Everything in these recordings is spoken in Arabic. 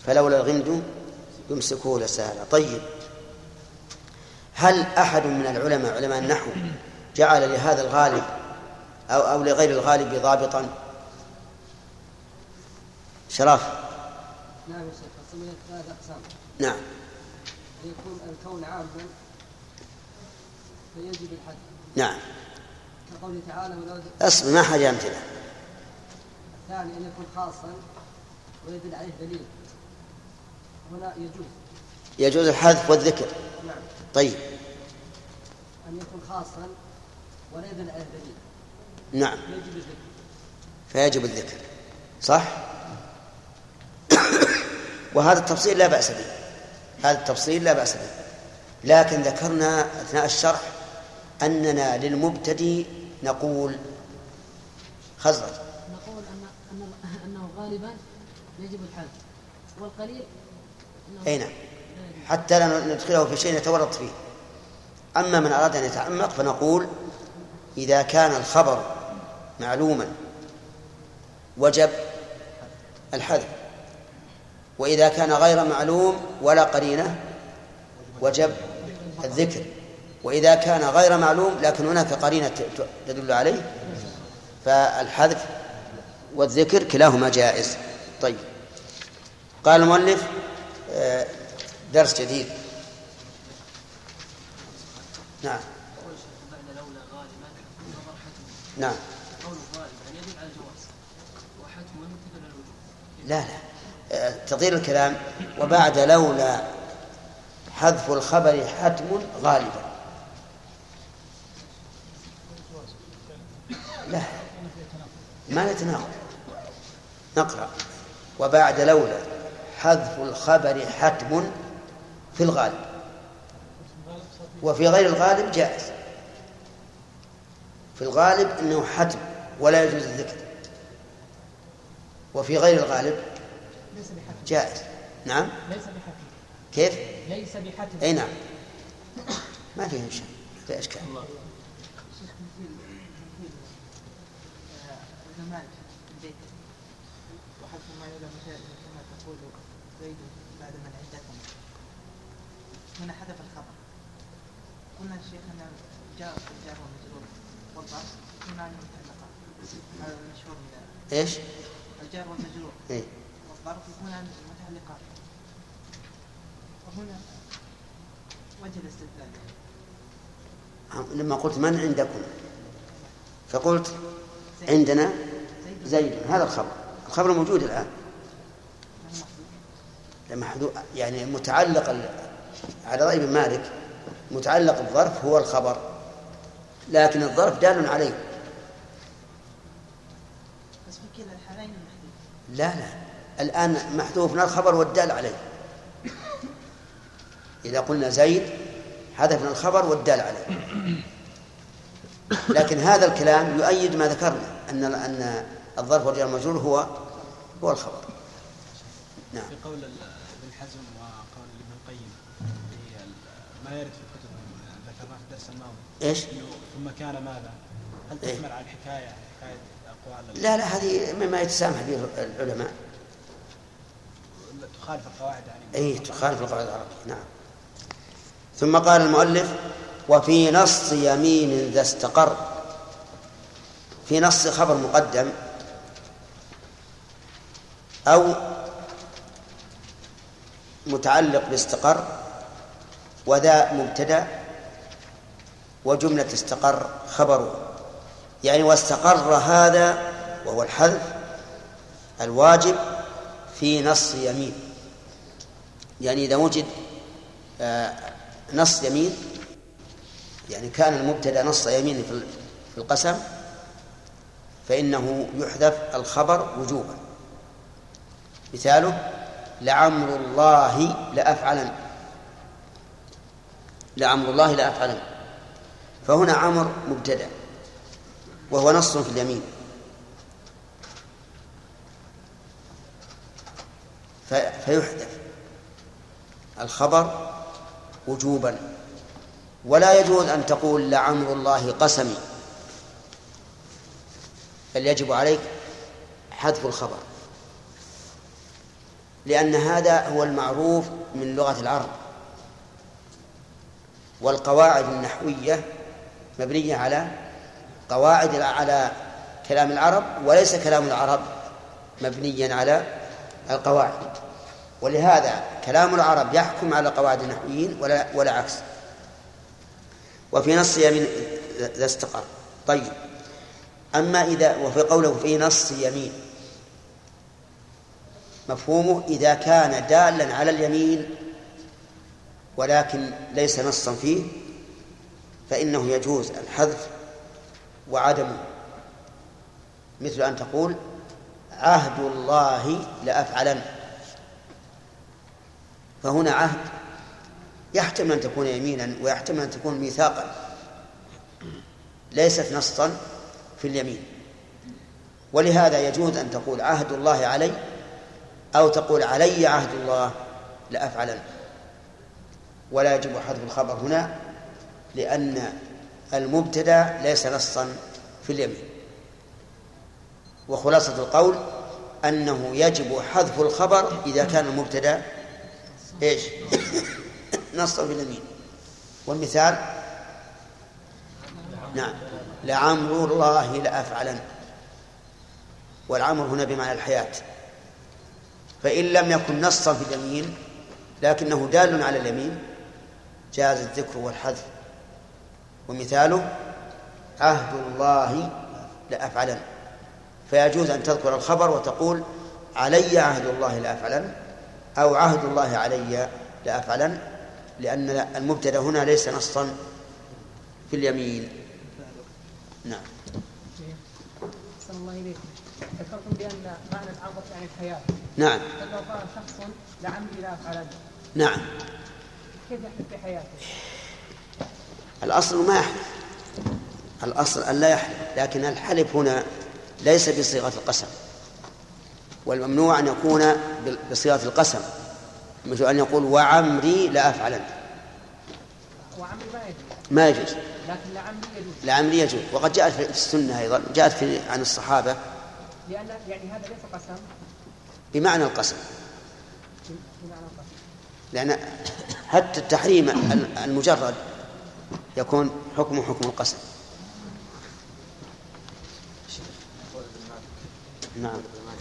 فلولا الغمد يمسكه لسهل. طيب، هل أحد من العلماء علماء النحو جعل لهذا الغالب أو لغير الغالب ضابطا؟ شراف. نعم يا شيخ، قسمية ثلاثة أقسام. نعم. يكون الكون عاما فيجب الحد. نعم. كقوله تعالى أصل ما حاجة أمثلة. الثاني أن يكون خاصا ويدل عليه دليل، هنا يجوز الحذف والذكر. نعم. طيب. أن يكون خاصا ولا يدل عليه دليل. نعم. يجب الذكر. فيجب الذكر، صح. وهذا التفصيل لا بأس به، هذا التفصيل لا بأس به، لكن ذكرنا أثناء الشرح أننا للمبتدئ نقول خزرج، نقول أنه غالبا يجب الحذف، والقليل أي نعم، حتى لا ندخله في شيء يتورط فيه. أما من أراد أن يتعمق فنقول إذا كان الخبر معلوما وجب الحذف، وإذا كان غير معلوم ولا قرينة وجب الذكر، وإذا كان غير معلوم لكن هناك قرينة تدل عليه فالحذف والذكر كلاهما جائز. طيب، قال المؤلف درس جديد. نعم. نعم. لا تطير الكلام. وبعد لولا حذف الخبر حتم غالبا. لا ما يتناقض. نقرأ: وبعد لولا حذف الخبر حتم في الغالب، وفي غير الغالب جائز. في الغالب أنه حتم ولا يجوز الذكر، وفي غير الغالب جائز. نعم. ليس بحتم. كيف؟ ليس بحتم. أي نعم، ما فيه شيء، ما فيه أشكال. وحذف ما يولى مثال كما تقول زيد بعد من عندكم، هنا حذف الخبر. قلنا الشيخ أن جاء الجار والمجرور والظرف هنا متعلقة، هذا المشهور من إيش؟ الجار والمجرور إيه؟ والظرف هنا متعلقات، وهنا وجه الاستدلال. لما قلت من عندكم فقلت عندنا زيد، هذا الخبر موجود الآن، محذوف يعني متعلق على رأي ابن مالك، متعلق الظرف هو الخبر، لكن الظرف دال عليه. بس في كلا الحالين محذوف. لا الآن محذوفنا الخبر والدال عليه. إذا قلنا زيد حذفنا الخبر والدال عليه، لكن هذا الكلام يؤيد ما ذكرنا أن الظرف والجار المجرور هو الخبر. نعم. في قول ابن حزم وقول ابن القيم ما يرد في الكتب ذكرناه في الدرس الماضي. ايش؟ ثم كان ماذا؟ هل تشمل على حكاية أقوال؟ لا هذه مما يتسامح به العلماء. تخالف القواعد يعني. اي تخالف القواعد العربية. نعم. ثم قال المؤلف: وفي نص يمين ذا استقر. في نص خبر مقدم أو متعلق باستقر، وذا مبتدأ وجملة استقر خبره، يعني واستقر هذا وهو الحذف الواجب في نص يمين. يعني إذا وجد نص يمين، يعني كان المبتدأ نص يمين في القسم، فإنه يحذف الخبر وجوبا. مثاله: لعمر الله لأفعلن. لعمر الله لأفعلن، فهنا عمر مبتدأ وهو نص في اليمين، فيحذف الخبر وجوبا. ولا يجوز أن تقول لعمر الله قسمي، بل يجب عليك حذف الخبر. لأن هذا هو المعروف من لغة العرب، والقواعد النحوية مبنية على قواعد على كلام العرب، وليس كلام العرب مبنيا على القواعد، ولهذا كلام العرب يحكم على قواعد النحويين ولا عكس. وفي نص يمين إذا استقر. طيب، أما إذا وفي قوله في نص يمين مفهومه إذا كان دالا على اليمين ولكن ليس نصا فيه فإنه يجوز الحذف وعدمه، مثل أن تقول عهد الله لأفعلن، فهنا عهد يحتمل أن تكون يمينا ويحتمل أن تكون ميثاقا، ليست نصا في اليمين، ولهذا يجوز أن تقول عهد الله علي أو تقول علي عهد الله لأفعلن، ولا يجب حذف الخبر هنا لأن المبتدأ ليس نصا في اليمين. وخلاصة القول أنه يجب حذف الخبر إذا كان المبتدأ إيش؟ نصا في اليمين. والمثال نعم لعمر الله لأفعلن، والعمر هنا بمعنى الحياة، فإن لم يكن نصا في اليمين لكنه دال على اليمين جاز الذكر والحذف. ومثاله عهد الله لأفعلن، فيجوز أن تذكر الخبر وتقول علي عهد الله لأفعلن أو عهد الله علي لأفعلن، لأن المبتدأ هنا ليس نصا في اليمين. نعم. أحسن الله إليكم. ذكرتم بأن معنى العرض يعني الحياة. نعم. لو قال شخص لعمري لا أفعلن. نعم. كيف يحلف في حياته؟ الأصل ما يحلف، الأصل أن لا يحلف، لكن الحلف هنا ليس بصيغة القسم، والممنوع أن يكون بصيغة القسم، مثل أن يقول وعمري لا أفعلن. وعمري ما يجوز، لكن لعمري يجوز. وقد جاءت في السنة أيضا، جاءت عن الصحابة، لأن يعني هذا ليس قسم بمعنى القسم، لأن حتى التحريم المجرد يكون حكم القسم. نعم.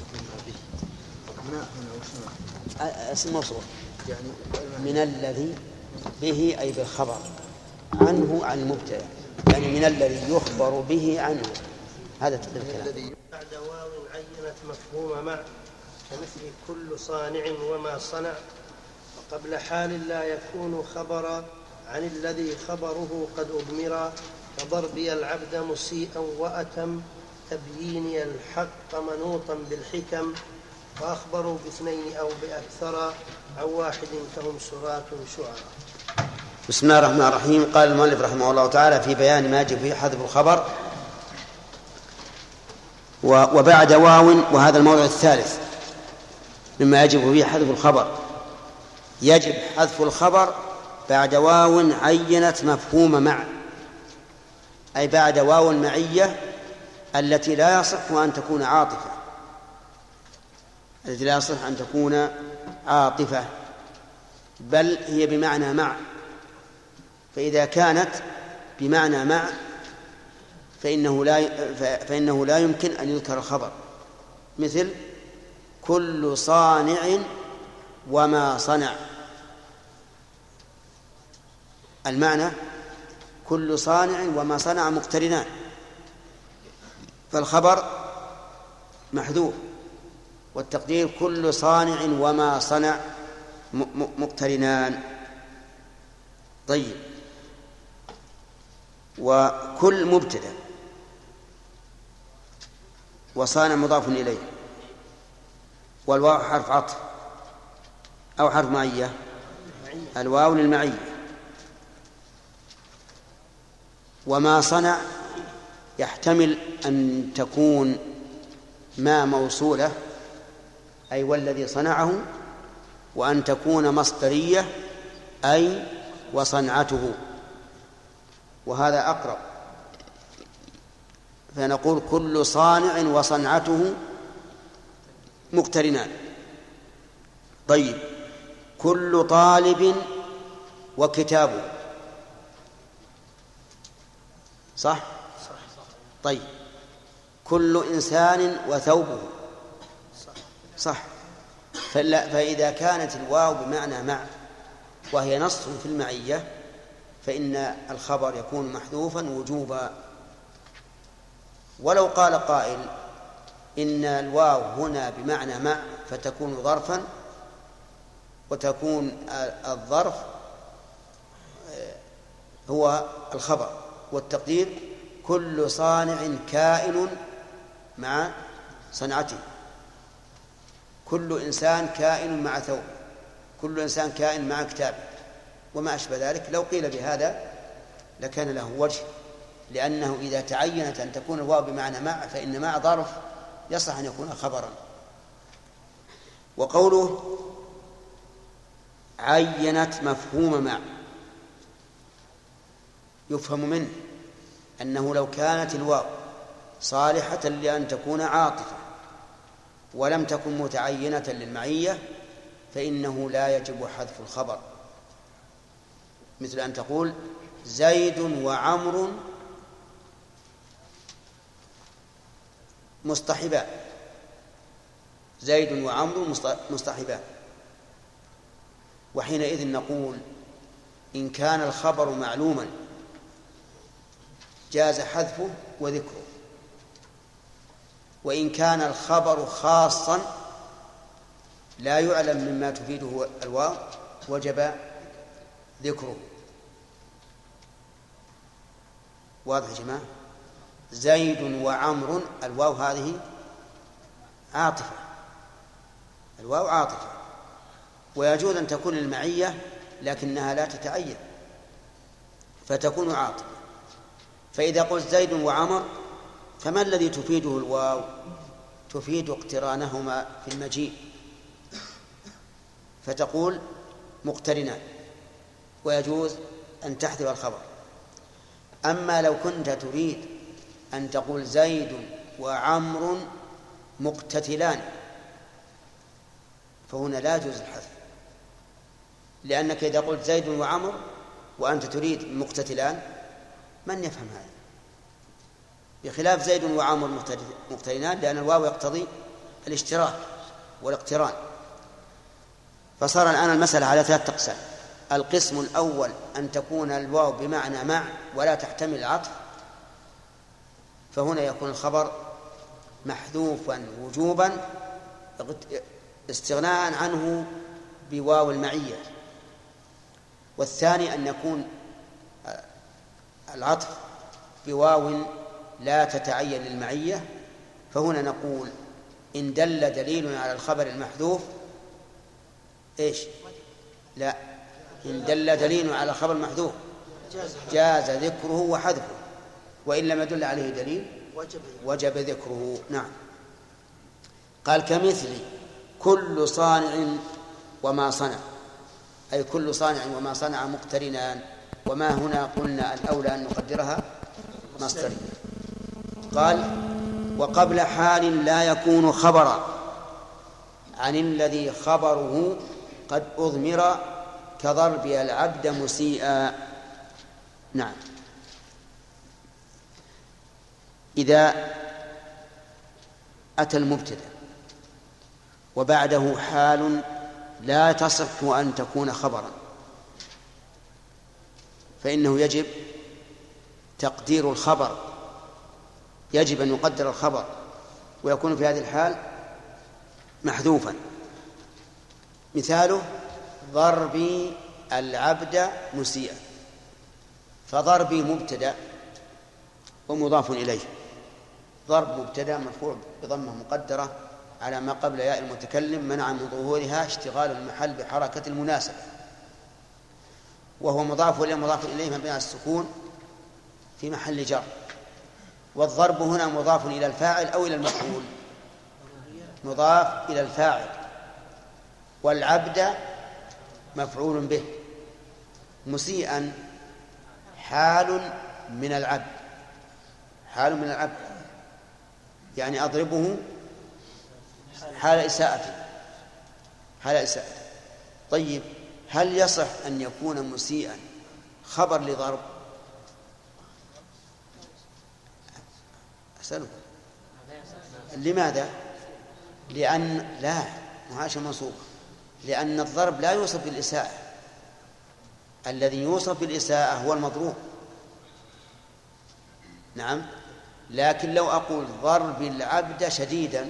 اسم موصول من الذي به أي بالخبر عنه عن المبتدأ، يعني من الذي يخبر به عنه، هذا تقدير الكلام. بعد واو عينت مفهوم مع كمثل كل صانع وما صنع، وقبل حال لا يكون خبرا عن الذي خبره قد أضمرا، كضربي العبد مسيئا وأتم تبييني الحق منوطا بالحكم، وأخبروا باثنين أو بأكثر عن واحد كهم سرات شعراء. بسم الله الرحمن الرحيم. قال المؤلف رحمه الله تعالى في بيان ما يجب فيه حذف الخبر وبعد واو، وهذا الموضع الثالث مما يجب فيه حذف الخبر. يجب حذف الخبر بعد واو عينت مفهوم مع، أي بعد واو المعية التي لا يصح أن تكون عاطفة، التي لا يصح أن تكون عاطفة، بل هي بمعنى مع. فإذا كانت بمعنى مع فإنه لا يمكن أن يذكر الخبر، مثل كل صانع وما صنع. المعنى كل صانع وما صنع مقترنان، فالخبر محذوف، والتقدير كل صانع وما صنع مقترنان. طيب، وكل مبتدأ وصانع مضاف إليه، والواو حرف عطف أو حرف معية، الواو للمعية. وما صنع يحتمل أن تكون ما موصولة أي والذي صنعه، وأن تكون مصدرية أي وصنعته، وهذا أقرب، فنقول كل صانع وصنعته مقترنان. طيب، كل طالب وكتابه، صح؟ طيب، كل إنسان وثوبه، صح. فإذا كانت الواو بمعنى مع وهي نص في المعية فإن الخبر يكون محذوفا وجوبا. ولو قال قائل إن الواو هنا بمعنى مع فتكون ظرفا، وتكون الظرف هو الخبر، والتقدير كل صانع كائن مع صنعته، كل إنسان كائن مع ثوب، كل إنسان كائن مع كتاب وما أشبه ذلك. لو قيل بهذا لكان له وجه، لأنه إذا تعينت أن تكون الواو بمعنى مع فإن مع ظرف يصح أن يكون خبرا. وقوله عينت مفهوم مع يفهم منه أنه لو كانت الواو صالحة لأن تكون عاطفة ولم تكن متعينة للمعية فإنه لا يجب حذف الخبر، مثل أن تقول زيد وعمر مصطحبان، زيد وعمر مصطحبان. وحينئذ نقول إن كان الخبر معلوما جاز حذفه وذكره، وإن كان الخبر خاصا لا يعلم مما تفيده الواو وجب ذكره. واضح يا جماعة؟ زيد وعمر، الواو هذه عاطفة، الواو عاطفة، ويجوز أن تكون المعية لكنها لا تتعين فتكون عاطفة. فإذا قلت زيد وعمر فما الذي تفيده الواو؟ تفيد اقترانهما في المجيء، فتقول مقترنان ويجوز أن تحذف الخبر. أما لو كنت تريد أن تقول زيد وعمر مقتتلان فهنا لا يجوز الحذف، لأنك إذا قلت زيد وعمر وأنت تريد مقتتلان من يفهم هذا؟ بخلاف زيد وعمر مقترنان، لأن الواو يقتضي الاشتراك والاقتران. فصار الآن المسألة على 3 أقسام. القسم الأول أن تكون الواو بمعنى مع ولا تحتمل العطف، فهنا يكون الخبر محذوفا وجوبا استغناء عنه بواو المعية. والثاني أن يكون العطف بواو لا تتعين للمعية، فهنا نقول إن دل دليل على الخبر المحذوف إيش؟ لا، إن دل دليل على الخبر المحذوف جاز ذكره وحذفه، وإن لم يدل عليه دليل وجب ذكره. نعم. قال كمثل كل صانع وما صنع، أي كل صانع وما صنع مقترنان، وما هنا قلنا الأولى أن نقدرها مصدرية. قال وقبل حال لا يكون خبرا عن الذي خبره قد أضمر كضرب العبد مسيئا. نعم. إذا أتى المبتدأ وبعده حال لا تصح أن تكون خبرا فإنه يجب تقدير الخبر، يجب أن يقدر الخبر ويكون في هذه الحال محذوفا. مثاله ضربي العبد مسيئا، فضربي مبتدأ ومضاف إليه، ضرب مبتدأ مرفوع بضمة مقدرة على ما قبل ياء المتكلم منع من ظهورها اشتغال المحل بحركة المناسبة، وهو مضاف إليه مبني على السكون في محل جر. والضرب هنا مضاف إلى الفاعل أو إلى المفعول؟ مضاف إلى الفاعل، والعبد مفعول به، مسيئا حال من العبد، حال من العبد يعني أضربه حال إساءته، حال إساءته. طيب هل يصح أن يكون مسيئا خبر لضرب؟ أسألك لماذا؟ لأن لا معاشة منصوبة، لأن الضرب لا يوصف بالإساءة، الذي يوصف بالإساءة هو المضروب. نعم، لكن لو أقول ضرب العبد شديدا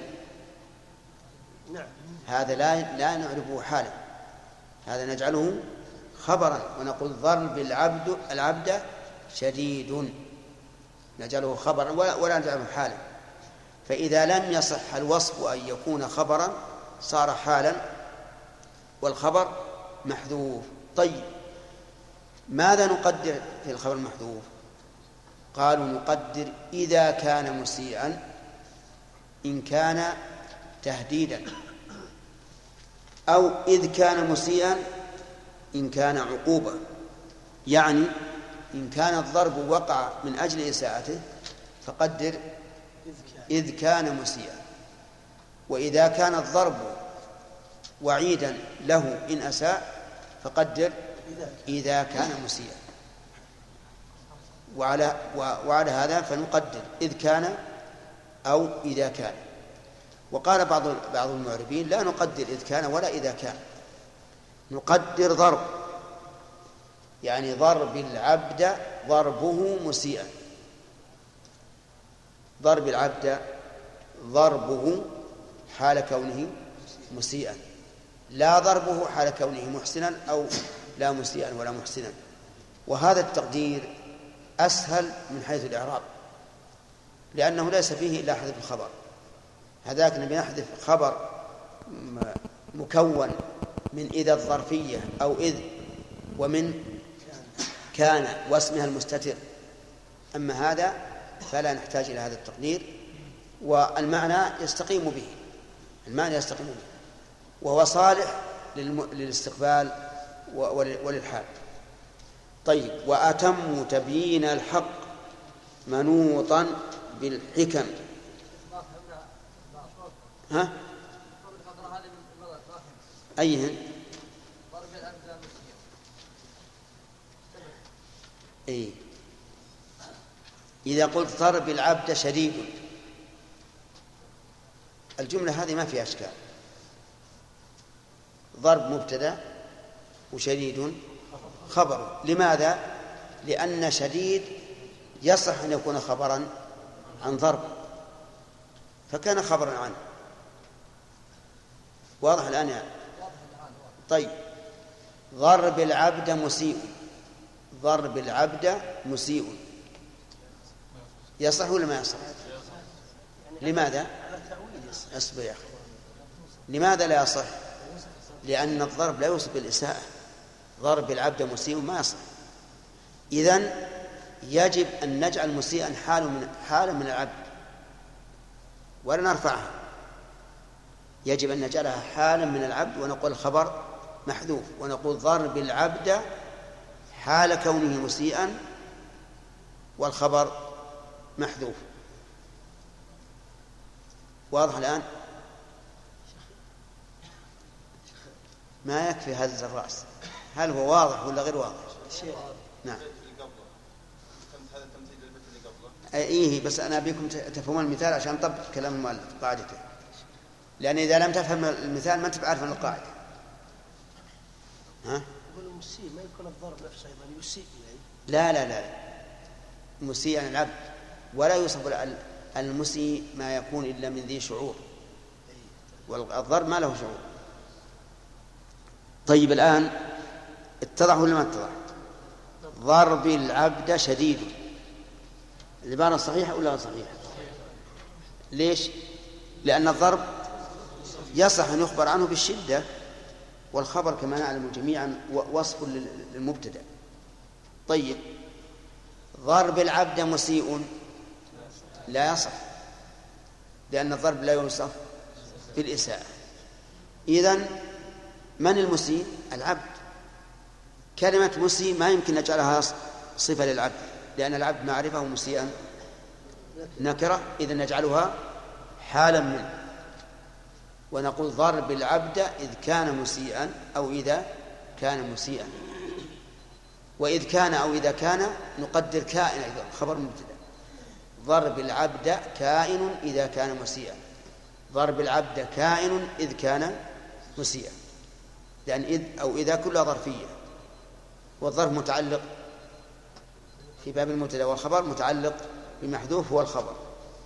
هذا لا نعرفه حالا، هذا نجعله خبرا ونقول ضرب العبد شديد، نجعله خبرا ولا نجعله حالا. فإذا لم يصح الوصف أن يكون خبرا صار حالا والخبر محذوف. طيب ماذا نقدر في الخبر المحذوف؟ قالوا نقدر إذا كان مسيئا إن كان تهديدا، أو إذ كان مسيئا إن كان عقوبة. يعني إن كان الضرب وقع من أجل إساءته فقدر إذ كان مسيئا، وإذا كان الضرب وعيدا له إن أساء فقدر إذا كان مسيئا. وعلى هذا فنقدر إذ كان أو إذا كان. وقال بعض المعربين لا نقدر إذ كان ولا إذا كان، نقدر ضرب، يعني ضرب العبد ضربه مسيئا، ضرب العبد ضربه حال كونه مسيئا، لا ضربه حال كونه محسنا أو لا مسيئا ولا محسنا. وهذا التقدير أسهل من حيث الإعراب، لأنه ليس فيه إلا حذف الخبر. هذاك نبي نحذف خبر مكون من إذا الظرفية أو إذ ومن كان واسمها المستتر. أما هذا فلا نحتاج إلى هذا التقدير، والمعنى يستقيم به، المعنى يستقيم به، وهو صالح للاستقبال وللحال. طيب وأتم تبيين الحق منوطا بالحكم. ها؟ أيهن؟ إيه؟ إذا قلت ضرب العبد شديد، الجملة هذه ما فيها أشكال، ضرب مبتدأ وشديد خبر. لماذا؟ لأن شديد يصح أن يكون خبرا عن ضرب، فكان خبرا عنه. واضح الآن يعني؟ طيب ضرب العبد مسيء، ضرب العبد مسيء يصح ولا ما يصح؟ لماذا؟ اصبر يا أخي، لماذا لا يصح؟ لأن الضرب لا يوصف بالإساءة، ضرب العبد مسيء ما يصح. إذن يجب أن نجعل مسيئا حالا من العبد ولا نرفعها، يجب أن نجعلها حالا من العبد ونقول الخبر محذوف، ونقول ضرب العبد حال كونه مسيئا والخبر محذوف. واضح الآن؟ ما يكفي هز الرأس، هل هو واضح ولا غير واضح؟ نعم. إيه بس أنا أبيكم تفهمون المثال عشان نطبق كلام المؤلف قاعدته، لأن إذا لم تفهم المثال ما تبقى عارف عن القاعدة. ها؟ المسيء ما يكون الضرب نفسه أيضا يسيء إليه. لا مسيء عن العبد، ولا يوصف المسيء ما يكون إلا من ذي شعور، والضرب ما له شعور. طيب الآن اتضح ولا ما اتضح؟ ضرب العبد شديد، العبارة صحيحة ولا صحيحة؟ ليش؟ لأن الضرب يصح أن يخبر عنه بالشدة، والخبر كما نعلم جميعا وصف للمبتدأ. طيب ضرب العبد مسيء لا يصح، لأن الضرب لا يوصف بالإساءة. إذن من المسيء؟ العبد. كلمة مسيء ما يمكن نجعلها صفة للعبد، لأن العبد معرفة مسيئا نكرة، إذن نجعلها حالا منه. ونقول ضرب العبد إذ كان مسيئا أو إذا كان مسيئا. وإذ كان أو إذا كان نقدر كائن أيضا خبر مبتدأ. ضرب العبد كائن إذا كان مسيئا، ضرب العبد كائن إذ كان مسيئا، لأن إذ أو إذا كلها ظرفية، والظرف متعلق في باب المبتدأ، والخبر متعلق بمحذوف هو الخبر.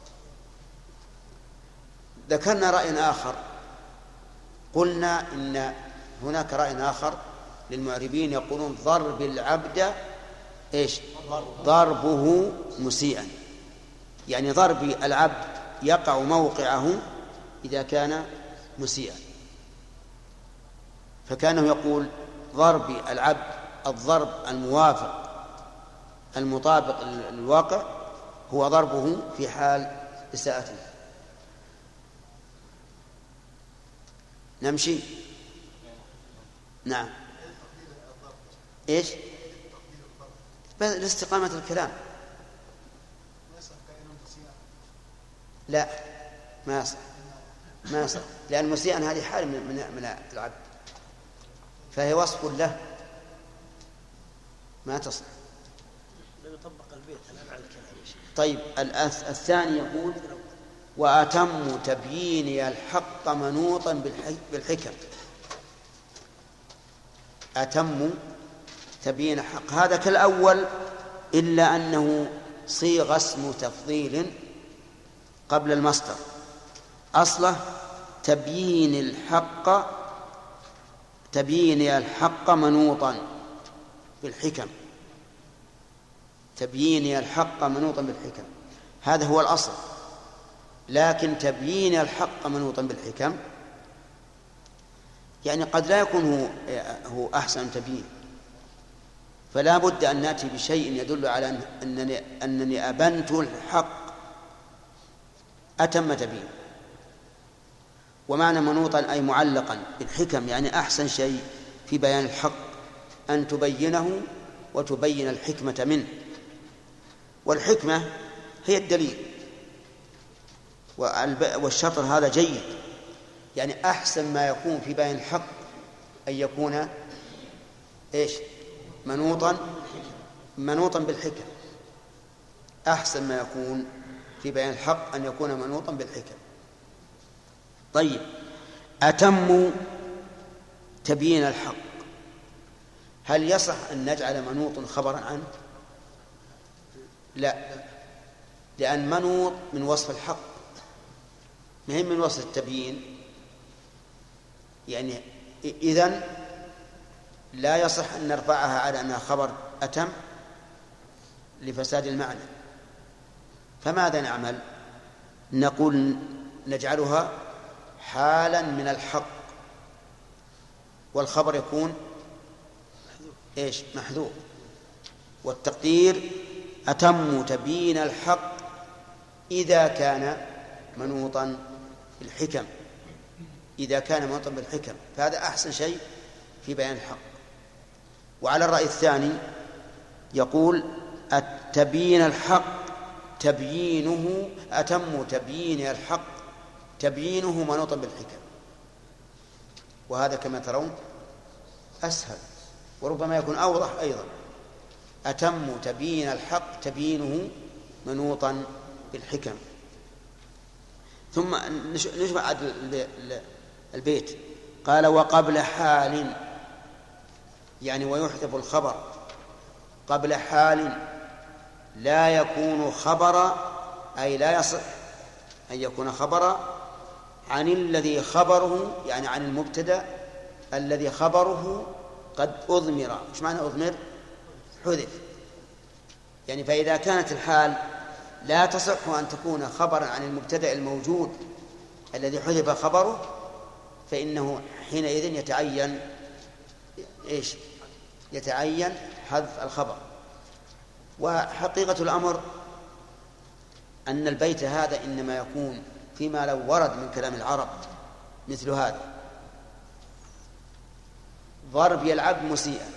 ذكرنا رأي آخر، قلنا إن هناك رأي آخر للمعربين يقولون ضرب العبد إيش؟ ضربه مسيئا، يعني ضرب العبد يقع موقعه إذا كان مسيئا، فكانه يقول ضرب العبد الضرب الموافق المطابق للواقع هو ضربه في حال إساءته. نمشي. نعم. إيش؟ بس لاستقامة الكلام. لا ما يصح، ما يصح، لأن مسيئا هذه حال من العبد، فهي وصف له ما تصح. يطبق البيت الآن على الكلام. طيب الثاني يقول وأتم تبيين الحق منوطا بالحكم. أتم تبيين الحق هذا كالأول، إلا أنه صيغ اسم تفضيل قبل المصدر، أصله تبيين الحق منوطا بالحكم، تبيين الحق منوطا بالحكم، هذا هو الأصل. لكن تبيين الحق منوطا بالحكم يعني قد لا يكون هو أحسن تبيين، فلا بد أن نأتي بشيء يدل على أنني أبنت الحق أتم تبيين. ومعنى منوطا أي معلقا بالحكم، يعني أحسن شيء في بيان الحق أن تبينه وتبين الحكمة منه، والحكمة هي الدليل، والشطر هذا جيد، يعني أحسن ما يكون في بيان الحق أن يكون إيش؟ منوطا بالحكم. أحسن ما يكون في بيان الحق أن يكون منوطا بالحكم. طيب أتم تبيين الحق، هل يصح أن نجعل منوط خبرا عنه؟ لا، لأن منوط من وصف الحق مهم من وصف التبيين، يعني إذن لا يصح أن نرفعها على أنها خبر أتم لفساد المعنى. فماذا نعمل؟ نقول نجعلها حالا من الحق، والخبر يكون إيش؟ محذوف، والتقدير أتم تبيين الحق إذا كان منوطا بالحكم، إذا كان منوطا بالحكم، فهذا أحسن شيء في بيان الحق. وعلى الرأي الثاني يقول التبيين الحق تبيينه أتم تبيين الحق تبيينه منوطا بالحكم، وهذا كما ترون أسهل وربما يكون أوضح أيضا. أتم تبيين الحق تبيينه منوطا بالحكم. ثم نشبع البيت، قال وقبل حال، يعني ويحذف الخبر قبل حال لا يكون خبرا، أي لا يصح أن يكون خبرا عن الذي خبره، يعني عن المبتدأ الذي خبره قد أضمر. إيش معنى أضمر؟ حذف. يعني فإذا كانت الحال لا تصح أن تكون خبرا عن المبتدأ الموجود الذي حذف خبره، فإنه حينئذ يتعين إيش؟ يتعين حذف الخبر. وحقيقة الأمر أن البيت هذا إنما يكون فيما لو ورد من كلام العرب مثل هذا: ضرب العبد مسيئا،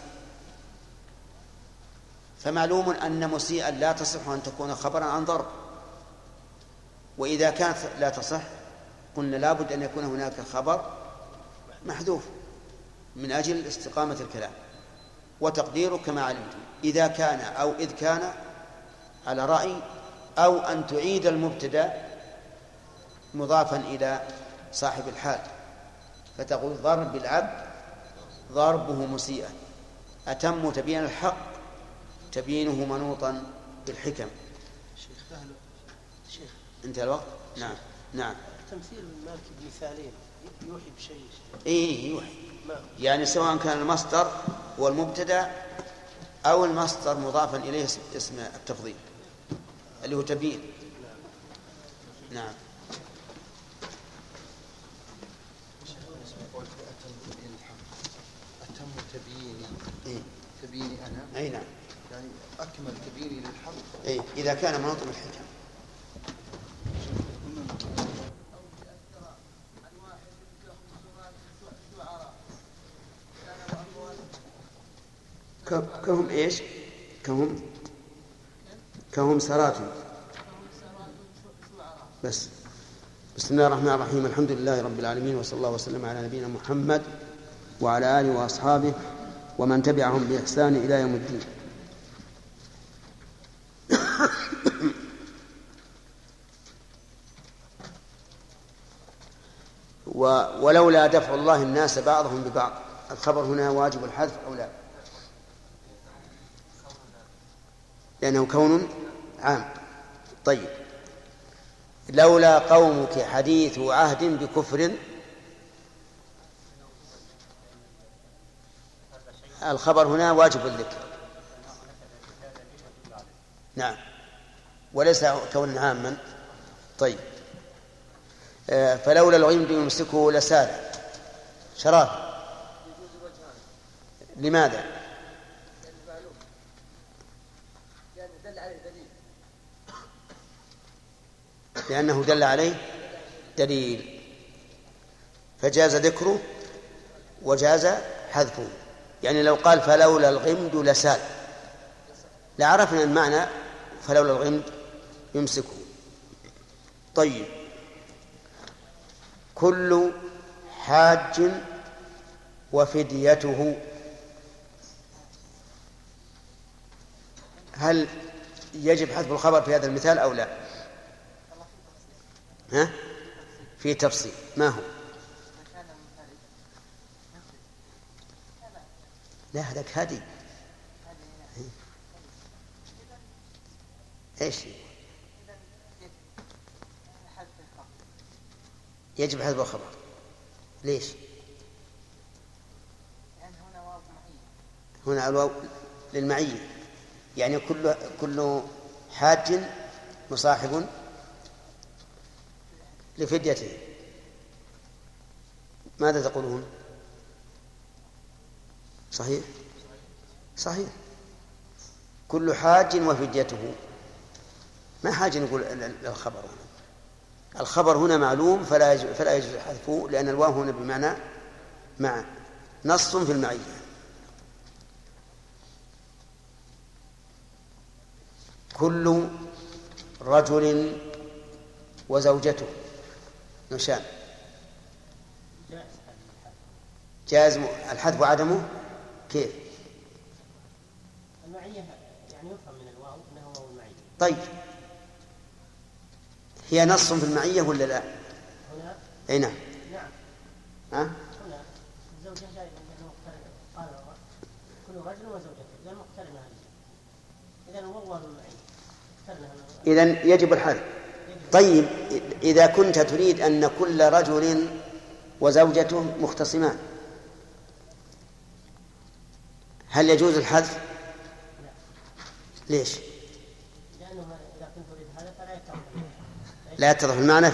فمعلوم أن مسيئا لا تصح أن تكون خبرا عن ضرب، وإذا كانت لا تصح قلنا لابد أن يكون هناك خبر محذوف من أجل استقامة الكلام، وتقديره كما علمتم إذا كان أو إذ كان على رأي، أو أن تعيد المبتدأ مضافا إلى صاحب الحال، فتقول ضرب العبد ضربه مسيئا، أتم تبيين الحق تبيينه منوطا بالحكم. شيخ انتهى الوقت. نعم نعم. تمثيل المالك بمثالين يوحي بشيء. إيه يوحي، يعني سواء كان المصدر هو المبتدأ أو المصدر مضافا إليه اسم التفضيل اللي هو تبيين. نعم. أتم تبييني. إيه؟ تبييني أنا. أي نعم. يعني أكمل تبييني للحق. إيه؟ إذا كان منوط بالحكم. كهم إيش؟ كهم سرات. بس. بسم الله الرحمن الرحيم، الحمد لله رب العالمين، وصلى الله وسلم على نبينا محمد وعلى آله وأصحابه ومن تبعهم بإحسان إلى يوم الدين. ولولا دفع الله الناس بعضهم ببعض، الخبر هنا واجب الحذف أو لا؟ لأنه كون عام. طيب، لولا قومك حديث عهد بكفر، الخبر هنا واجب الذكر. نعم، وليس كون عاما. طيب، فلولا الغيم يمسكه لسال شراب. لماذا؟ لأنه دل عليه دليل، فجاز ذكره وجاز حذفه. يعني لو قال فلولا الغمد لسال لعرفنا المعنى فلولا الغمد يمسكه. طيب، كل حاج وفديته، هل يجب حذف الخبر في هذا المثال أو لا؟ ها؟ في تفصيل. ما هو؟ لا، هذاك هدي. ايش يجب حذف الخبر؟ ليش؟ هنا الواو للمعية، يعني كل حاج مصاحب لفديته. ماذا تقولون؟ صحيح؟ صحيح، كل حاج وفديته، ما حاجة نقول الخبر هنا. الخبر هنا معلوم فلا يجوز حذفه، لأن الواو هنا بمعنى مع، نص في المعية. كل رجل وزوجته نشان، جاز الحذف وعدمه. كيف؟ المعية يعني يفهم من الواو أنه واو المعية. طيب، هي نص في المعية ولا لا؟ هنا أي نعم. نعم. ها؟ هنا الزوجة جاء أنه مقترنة، قال كل رجل وزوجته، إذا مقترنة هذه، إذا والله المعية. إذن يجب الحذف. طيب، إذا كنت تريد أن كل رجل وزوجته مختصمان، هل يجوز الحذف؟ ليش؟ لأنه إذا كنت تريد هذا فلا يتضح، لا يتضح المعنى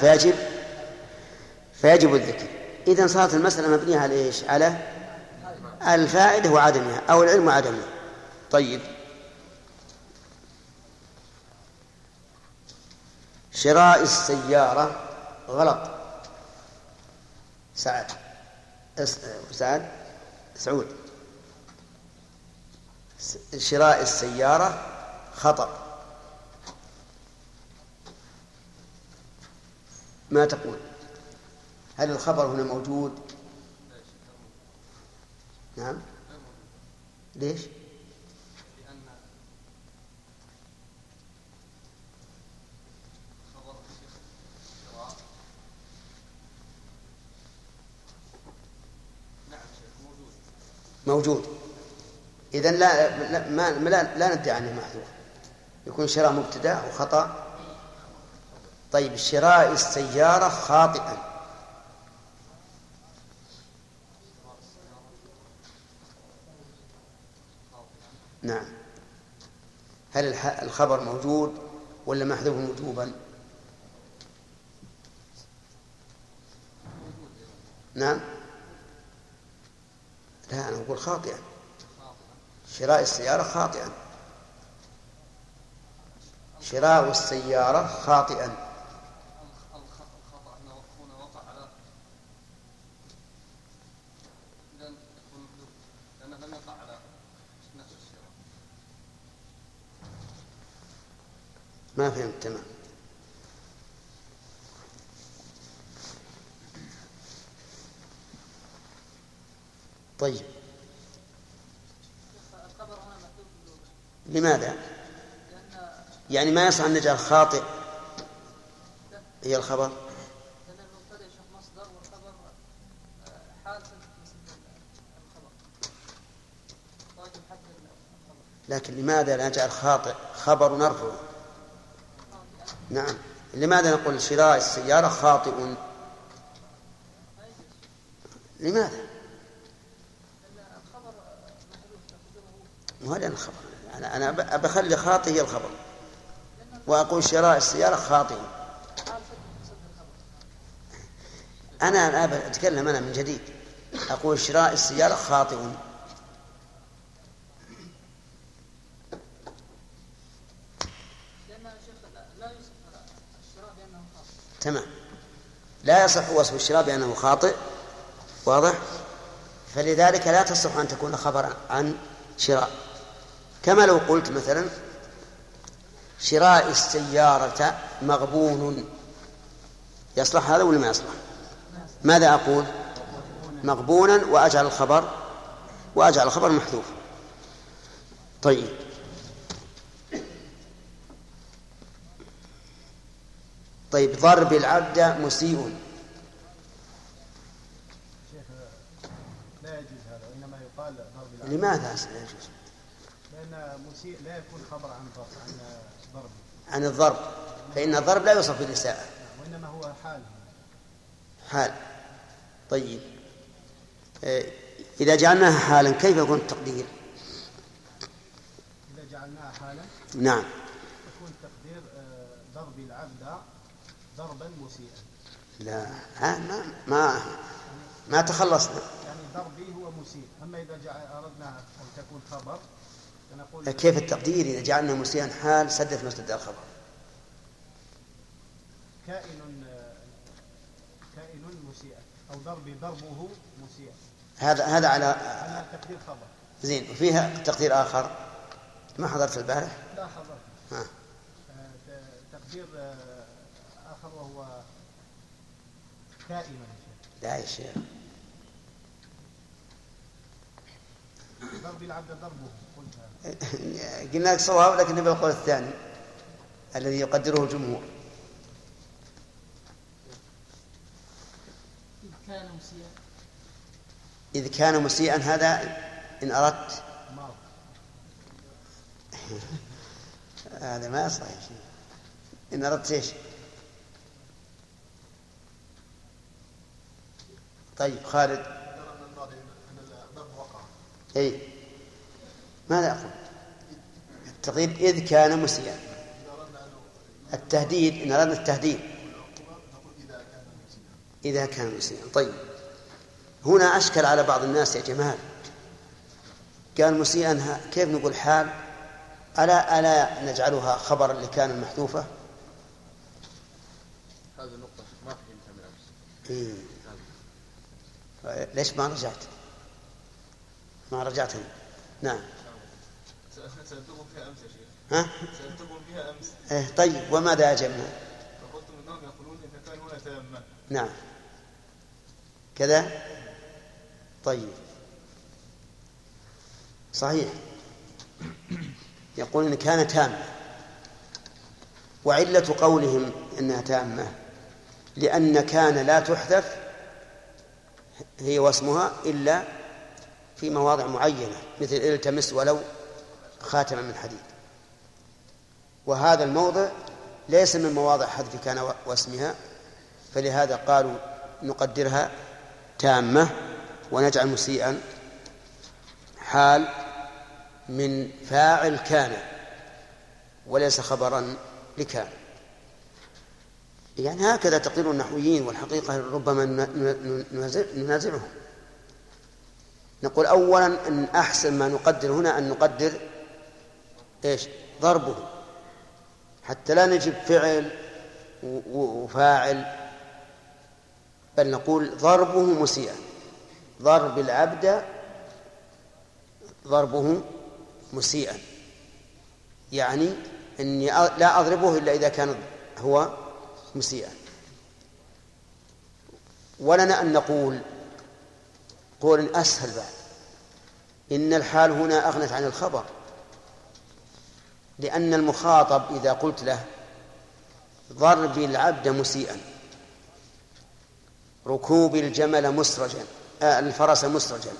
فيجب الذكر. إذن صارت المسألة مبنية على إيش؟ على الفائدة وعدمها، أو العلم وعدمه. طيب، شراء السيارة غلط. سعود، شراء السيارة خطأ. ما تقول؟ هل الخبر هنا موجود؟ نعم. ليش؟ لأن خبر شراء نعم شيخ موجود. إذن لا ندعي أنه محذوف، يكون شراء مبتدأ وخطأ. طيب شراء السيارة خاطئا، نعم، هل الخبر موجود ولا محذوف وجوبا؟ نعم. لا، أنا أقول خاطئا، شراء السيارة خاطئا، شراء السيارة خاطئا. الخطأ أنه هنا وقع على لأنه لم يقع على نفس الشراء. ما فهمت تمام. طيب لماذا؟ يعني ما يصح أن نجعل خاطئ هي الخبر؟ لأن المبتدأ يشوف مصدر والخبر حال الخبر، واجب حد الخبر. لكن لماذا لا نجعل خاطئ خبر نرفعه؟ نعم، لماذا نقول شراء السيارة خاطئ؟ لماذا؟ وهذا الخبر، أنا بخلي خاطئ هي الخبر وأقول شراء السيارة خاطئ. أنا أتكلم أنا من جديد، أقول شراء السيارة خاطئ. تمام، لا يصح وصف الشراء بأنه خاطئ، واضح؟ فلذلك لا تصح أن تكون خبرا عن شراء. كما لو قلت مثلا شراء السيارة مغبون، يصلح هذا ولا ما يصلح؟ ماذا أقول؟ مغبونا، وأجعل الخبر محذوف. طيب ضرب العبد مسيء. لا يجوز هذا، وإنما يقال ضرب العبد. لماذا لا يجوز؟ لأن مسيء لا يكون خبر عن ضرب عن الضرب، فإن الضرب لا يوصف بالإساءة، وإنما هو حال. طيب إذا جعلناها حالا كيف يكون التقدير؟ إذا جعلناها حالا نعم يكون التقدير ضرب العبد ضربا مسيئا. لا ما تخلصنا. يعني ضربي هو مسيء، أما إذا أردنا أن تكون خبر فنقول كيف التقدير إذا جعلنا مسيئا حال سدت مسدد الخبر؟ كائن مسيئا، أو ضربه مسيئا. هذا على تقدير خبر. زين. وفيها تقدير آخر ما حضرت البارح؟ لا حضرت. تقدير آخر وهو كائن. لا يا شيخ، ضرب العبد ضربه قلنا لك صواب، لكن نبي القول الثاني الذي يقدره الجمهور. إذ كان مسيئا هذا إن أردت هذا ما يصح يا شيخ. إن أردت إيش؟ طيب خالد. أي ماذا أقول؟ التقدير إذ كان مسيئا. التهديد إن أردنا التهديد إذا كان مسيئا. طيب هنا أشكل على بعض الناس يا جمال، كان مسيئا كيف نقول حال؟ ألا نجعلها خبرا لكان محذوفة؟ هذه النقطة ما فهمتها من أمس. ليش ما رجعت نعم سألتكم فيها أمس يا شيخ. ها؟ سألتكم فيها أمس. طيب وماذا أجبنا؟ فقلتم أنهم يقولون إذا كان هنا تاما. نعم. كذا. طيب صحيح، يقول إن كان تامة، وعلة قولهم إنها تامة لأن كان لا تحذف هي واسمها إلا في مواضع معينة، مثل التمس ولو خاتما من حديد، وهذا الموضع ليس من مواضع حذف كان واسمها، فلهذا قالوا نقدرها تامة ونجعل مسيئا حال من فاعل كان وليس خبرا لكان. يعني هكذا تقدير النحويين، والحقيقة ربما ننازعهم. نقول أولا أن أحسن ما نقدر هنا أن نقدر إيش؟ ضربه، حتى لا نجيب فعل وفاعل، بل نقول ضربه مسيئا، ضرب العبد ضربه مسيئا، يعني أني لا أضربه إلا إذا كان هو مسيئا. ولنا أن نقول قول أسهل بعد، إن الحال هنا أغنت عن الخبر، لأن المخاطب إذا قلت له ضرب العبد مسيئا، ركوب الجمل مسرجا، الفرس مسرجا،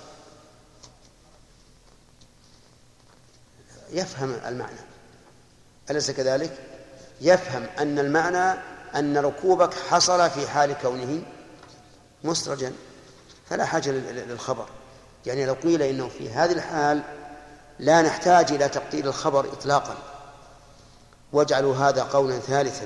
يفهم المعنى، أليس كذلك؟ يفهم أن المعنى أن ركوبك حصل في حال كونه مسرجا، فلا حاجة للخبر. يعني لو قيل إنه في هذه الحال لا نحتاج إلى تقدير الخبر إطلاقا، واجعلوا هذا قولا ثالثا،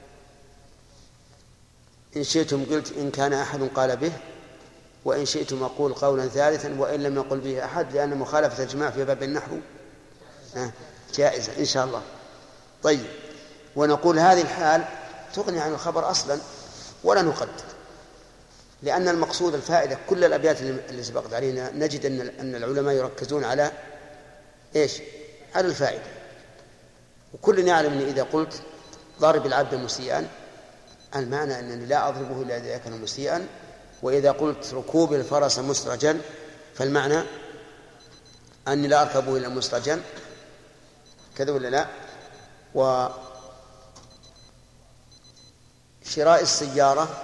إن شئتم قلت إن كان أحد قال به، وإن شئتم أقول قولا ثالثا وإن لم يقل به أحد، لأن مخالفة الجماع في باب النحو جائزة إن شاء الله. طيب، ونقول هذه الحال تغني عن الخبر أصلا ولا نقدر، لأن المقصود الفائدة. كل الأبيات اللي سبقت علينا نجد أن العلماء يركزون على إيش؟ على الفائدة، وكل يعلم أن إذا قلت ضارب العبد مسيئا المعنى أنني لا أضربه إلا إذا كان مسيئا، وإذا قلت ركوب الفرس مسرجا فالمعنى أني لا أركبه إلا مسرجا، كذا ولا لا؟ وشراء السيارة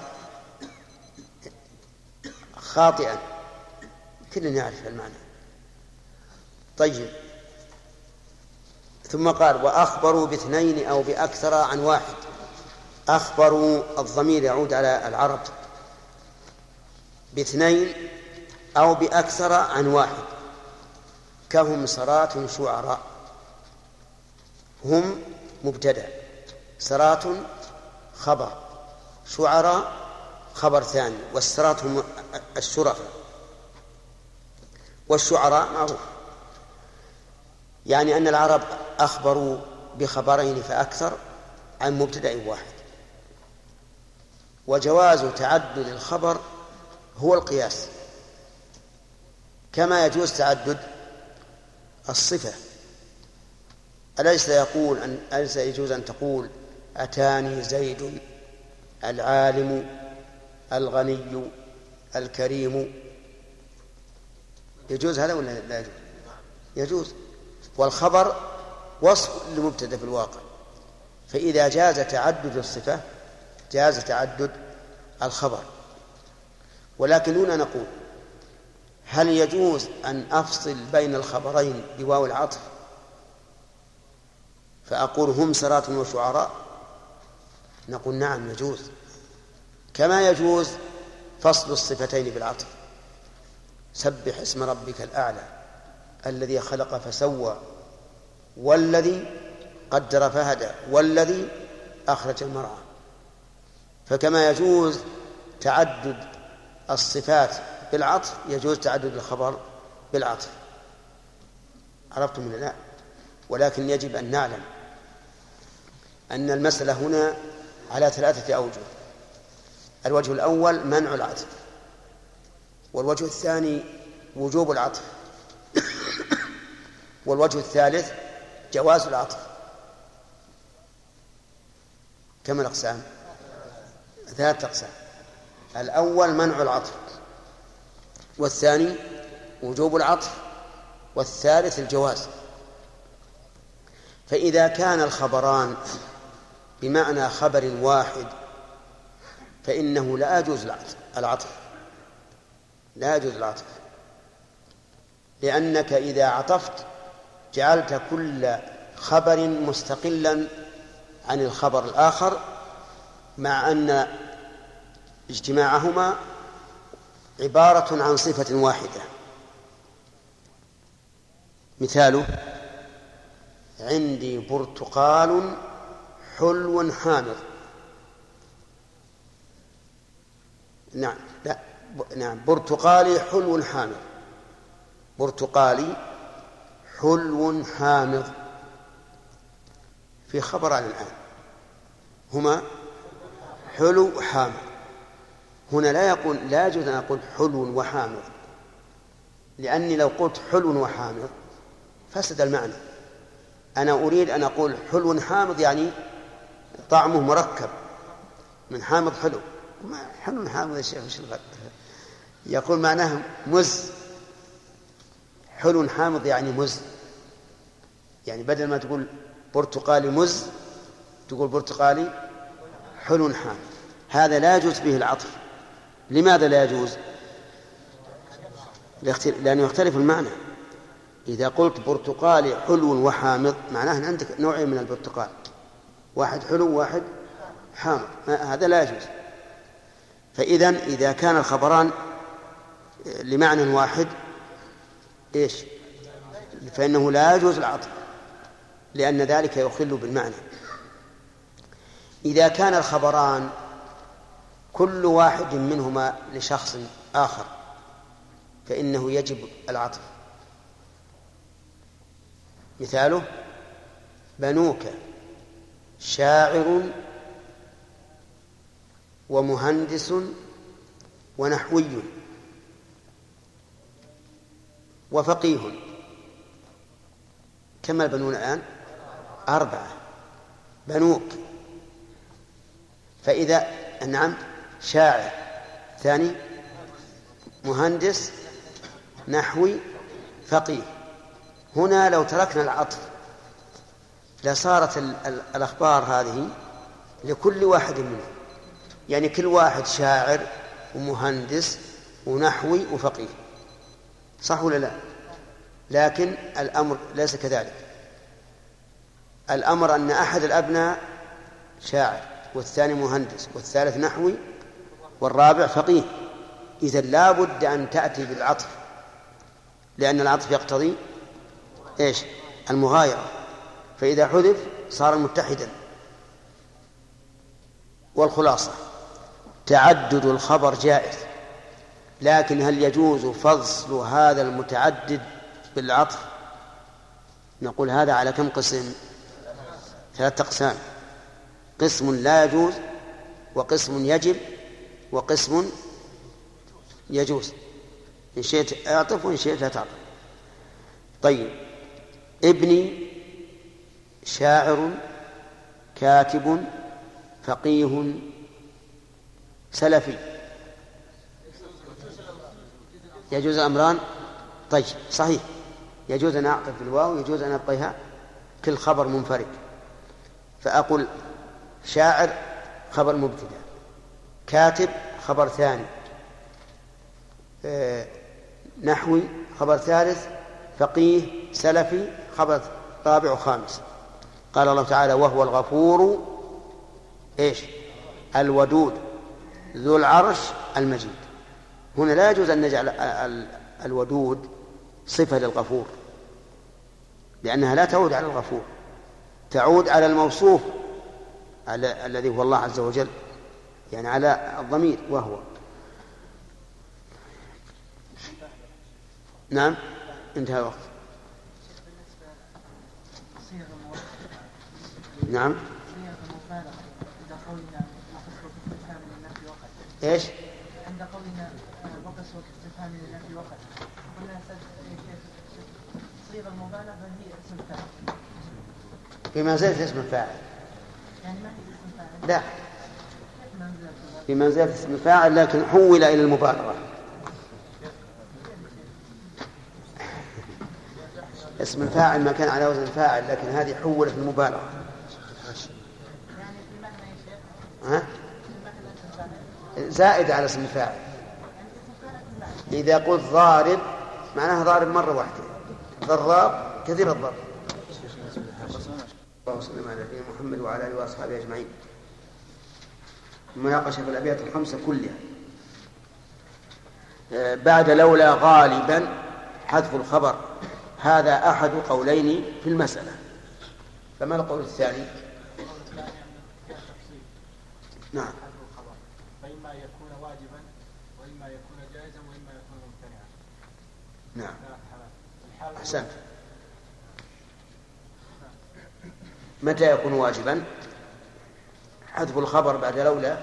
خاطئا كل يعرف المعنى. طيب، ثم قال وأخبروا باثنين أو بأكثر عن واحد. أخبروا الضمير يعود على العرب، باثنين أو بأكثر عن واحد، كهم سرات شعراء. هم مبتدأ، سرات خبر، شعراء خبر ثاني، والسرات هم الشرفاء، والشعراء معروف. يعني أن العرب أخبروا بخبرين فأكثر عن مبتدأ واحد. وجواز تعدد الخبر هو القياس، كما يجوز تعدد الصفة. أليس يجوز أن تقول أتاني زيد العالم الغني الكريم؟ يجوز هذا ولا لا يجوز؟ يجوز. والخبر وصف لمبتدأ في الواقع، فإذا جاز تعدد الصفة جاز تعدد الخبر. ولكن هنا نقول هل يجوز أن أفصل بين الخبرين بواو العطف فأقول هم سرات وشعراء؟ نقول نعم يجوز، كما يجوز فصل الصفتين بالعطف. سبح اسم ربك الأعلى الذي خلق فسوى والذي قدر فهدى والذي أخرج المرعى. فكما يجوز تعدد الصفات بالعطف يجوز تعدد الخبر بالعطف. عرفتم ولا لا؟ ولكن يجب أن نعلم أن المسألة هنا على 3 أوجه. الوجه الأول منع العطف، والوجه الثاني وجوب العطف، والوجه الثالث جواز العطف. كم الأقسام؟ 3 أقسام. الأول منع العطف، والثاني وجوب العطف، والثالث الجواز. فإذا كان الخبران بمعنى خبر واحد فإنه لا يجوز العطف، لا يجوز العطف، لأنك إذا عطفت جعلت كل خبر مستقلا عن الخبر الآخر، مع أن اجتماعهما عبارة عن صفة واحدة. مثاله: عندي برتقال حلو حامض. نعم برتقالي حلو حامض، برتقالي حلو حامض، في خبران الآن هما حلو حامض. هنا لا يجوز أن أقول حلو وحامض، لأني لو قلت حلو وحامض فسد المعنى. أنا أريد أن أقول حلو حامض يعني طعمه مركب من حامض حلو. حلو حامض يا شيخ وش الغد؟ يقول معناه مز. حلو حامض يعني مز، يعني بدل ما تقول برتقالي مز تقول برتقالي حلو حامض. هذا لا يجوز به العطف. لماذا لا يجوز؟ لأنه يختلف المعنى. إذا قلت برتقالي حلو وحامض معناه أن عندك نوعين من البرتقال، واحد حلو وواحد حامض، هذا لا يجوز. فإذن إذا كان الخبران لمعنى واحد فإنه لا يجوز العطف، لأن ذلك يخل بالمعنى. إذا كان الخبران كل واحد منهما لشخص آخر فإنه يجب العطف. مثاله: بنوك شاعر ومهندس ونحوي وفقيه. كم البنون الآن؟ 4. بنوك، فإذا نعم شاعر، ثاني مهندس، نحوي، فقيه. هنا لو تركنا العطف لصارت الأخبار هذه لكل واحد منهم، يعني كل واحد شاعر ومهندس ونحوي وفقيه، صح ولا لا؟ لكن الأمر ليس كذلك. الأمر أن أحد الأبناء شاعر، والثاني مهندس، والثالث نحوي، والرابع فقيه. إذن لا بد أن تأتي بالعطف، لأن العطف يقتضي المغايرة، فإذا حذف صار متحدا. والخلاصة: تعدد الخبر جائز، لكن هل يجوز فصل هذا المتعدد بالعطف؟ نقول هذا على كم قسم؟ 3 أقسام: قسم لا يجوز، وقسم يجب، وقسم يجوز. إن شئت أعطف وإن شئت لا تعطف. طيب: ابني شاعر كاتب فقيه سلفي. يجوز الأمران؟ طيب صحيح، يجوز أن أعطف بالواو، يجوز أن أبقيها كل خبر منفرد، فأقول شاعر خبر مبتدأ، كاتب خبر ثاني، نحوي خبر ثالث، فقيه سلفي خبر رابع وخامس. قال الله تعالى: وهو الغفور الودود ذو العرش المجيد. هنا لا يجوز أن نجعل الودود صفة للغفور، لأنها لا تعود على الغفور، تعود على الموصوف الذي هو الله عز وجل، يعني على الضمير وهو. نعم انتهى الوقت. نعم ايش؟ عند قولنا بقص واستفهام للنفي وقت، قلنا صيغة المبالغة هي اسم فاعل بمنزلة اسم الفاعل. يعني ما هي اسم فاعل؟ لا، بمنزلة اسم الفاعل، لكن حول إلى المبالغة. اسم الفاعل ما كان على وزن الفاعل، لكن هذه حولت المبالغة. يعني في معنى يا شيخ ها؟ زائد على اسم الفاعل. إذا قلت ضارب معناها ضارب مرة واحدة، ضراب كثير الضرب. اللهم صل على نبينا محمد وعلى آله وأصحابه أجمعين. مناقشة في الأبيات الخمسة كلها. بعد لولا غالبا حذف الخبر، هذا أحد قولين في المسألة. فما القول الثاني؟ نعم. فإما يكون واجبا وإما يكون جائزا وإما يكون ممتنعا. نعم. أحسنت. متى يكون واجبا؟ حذف الخبر بعد لولا.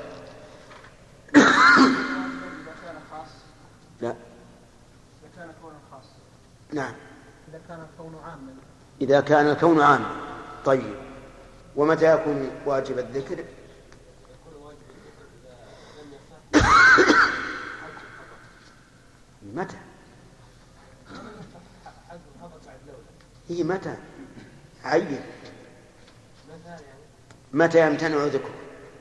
لا. إذا كان كونه خاص. نعم. إذا كان الكون عاما. إذا كان الكون عاما. طيب. ومتى يكون واجب الذكر؟ متى؟ هي متى؟ عين. متى يمتنع ذكره؟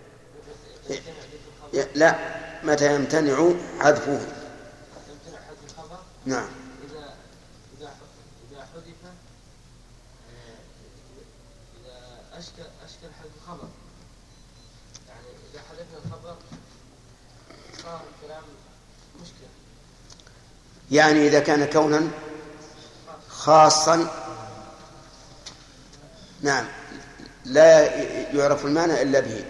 لا، متى يمتنع حذفه؟ يمتنع حذف الخبر. نعم. إذا حذف، إذا أشكل حذف الخبر، يعني إذا حذفنا الخبر صار الكلام مشكلة. يعني إذا كان كونا خاصا، نعم، لا يعرف المعنى إلا به.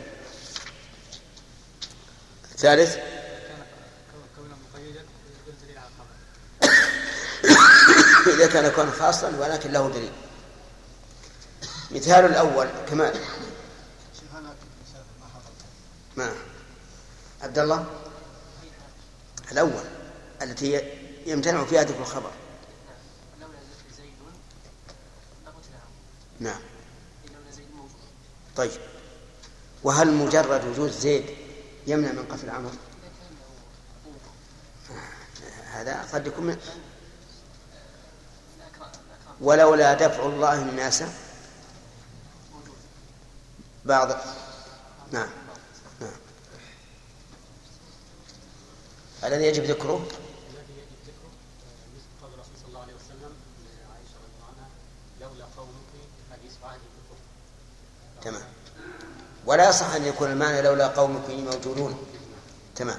ثالث، إذا كان كونا خاصا ولكن له دليل. مثال الأول كمال. ما عبد الله الأول التي يمتنع فيها ذكر الخبر. نعم. طيب، وهل مجرد وجود زيد يمنع من قتل عمرو؟ هذا قد يكون من ولولا دفع الله الناس بعض. نعم. نعم. الذي يجب ذكره قول الرسول صلى الله عليه وسلم لعائشة رضي الله عنها: لولا قومك حديث عهد بالكفر. تمام. ولا يصح أن يكون المعنى لولا قومك موجودون. تمام.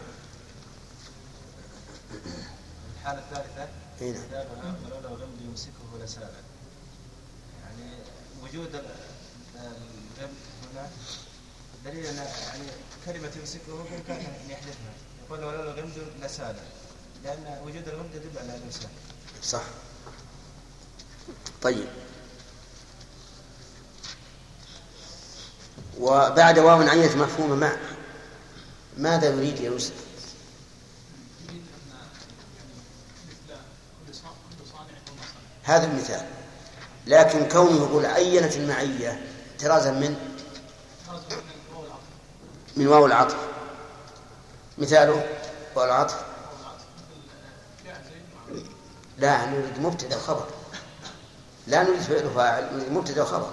الحالة الثالثة هنا لولا الغمد يمسكه لسانا، يعني وجود الغمد هنا دليل أن يعني كلمة يمسكه بإمكانه أن يحذفها، يقول لولا الغمد لسانا، لأن وجود الغمد يدل على الإمساك. صح. طيب، وبعد واو عينة مفهومة مع، ماذا يريد يا يوسف؟ هذا المثال، لكن كونه يقول عينة المعية احترازا من واو العطف. مثاله واو العطف. لا نريد مبتدأ وخبر، لا نريد فعل وفاعل، نريد مبتدأ وخبر.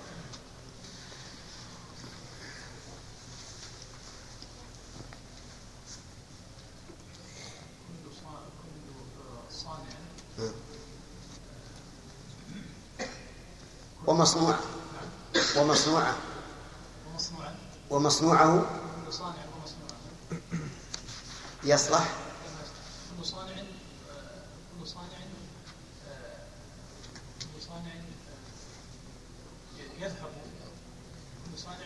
ومصنوعه يصلح. كل صانع يذهب، كل صانع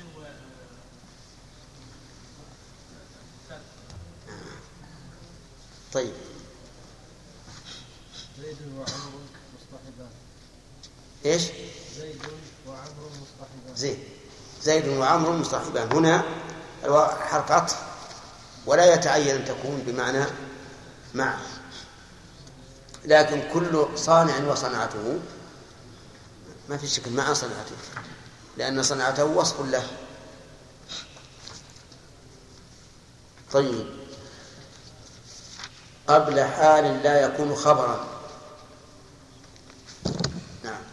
طيب. زيد وعمر مصطحبان. ايش؟ زيد وعمر مصطحبان. زيد وعمر مصطحبان. هنا حرف عطف، ولا يتعين أن تكون بمعنى مع، لكن كل صانع وصنعته ما في شك مع صنعته، لأن صنعته وصف له. طيب، قبل حال لا يكون خبرا. نعم.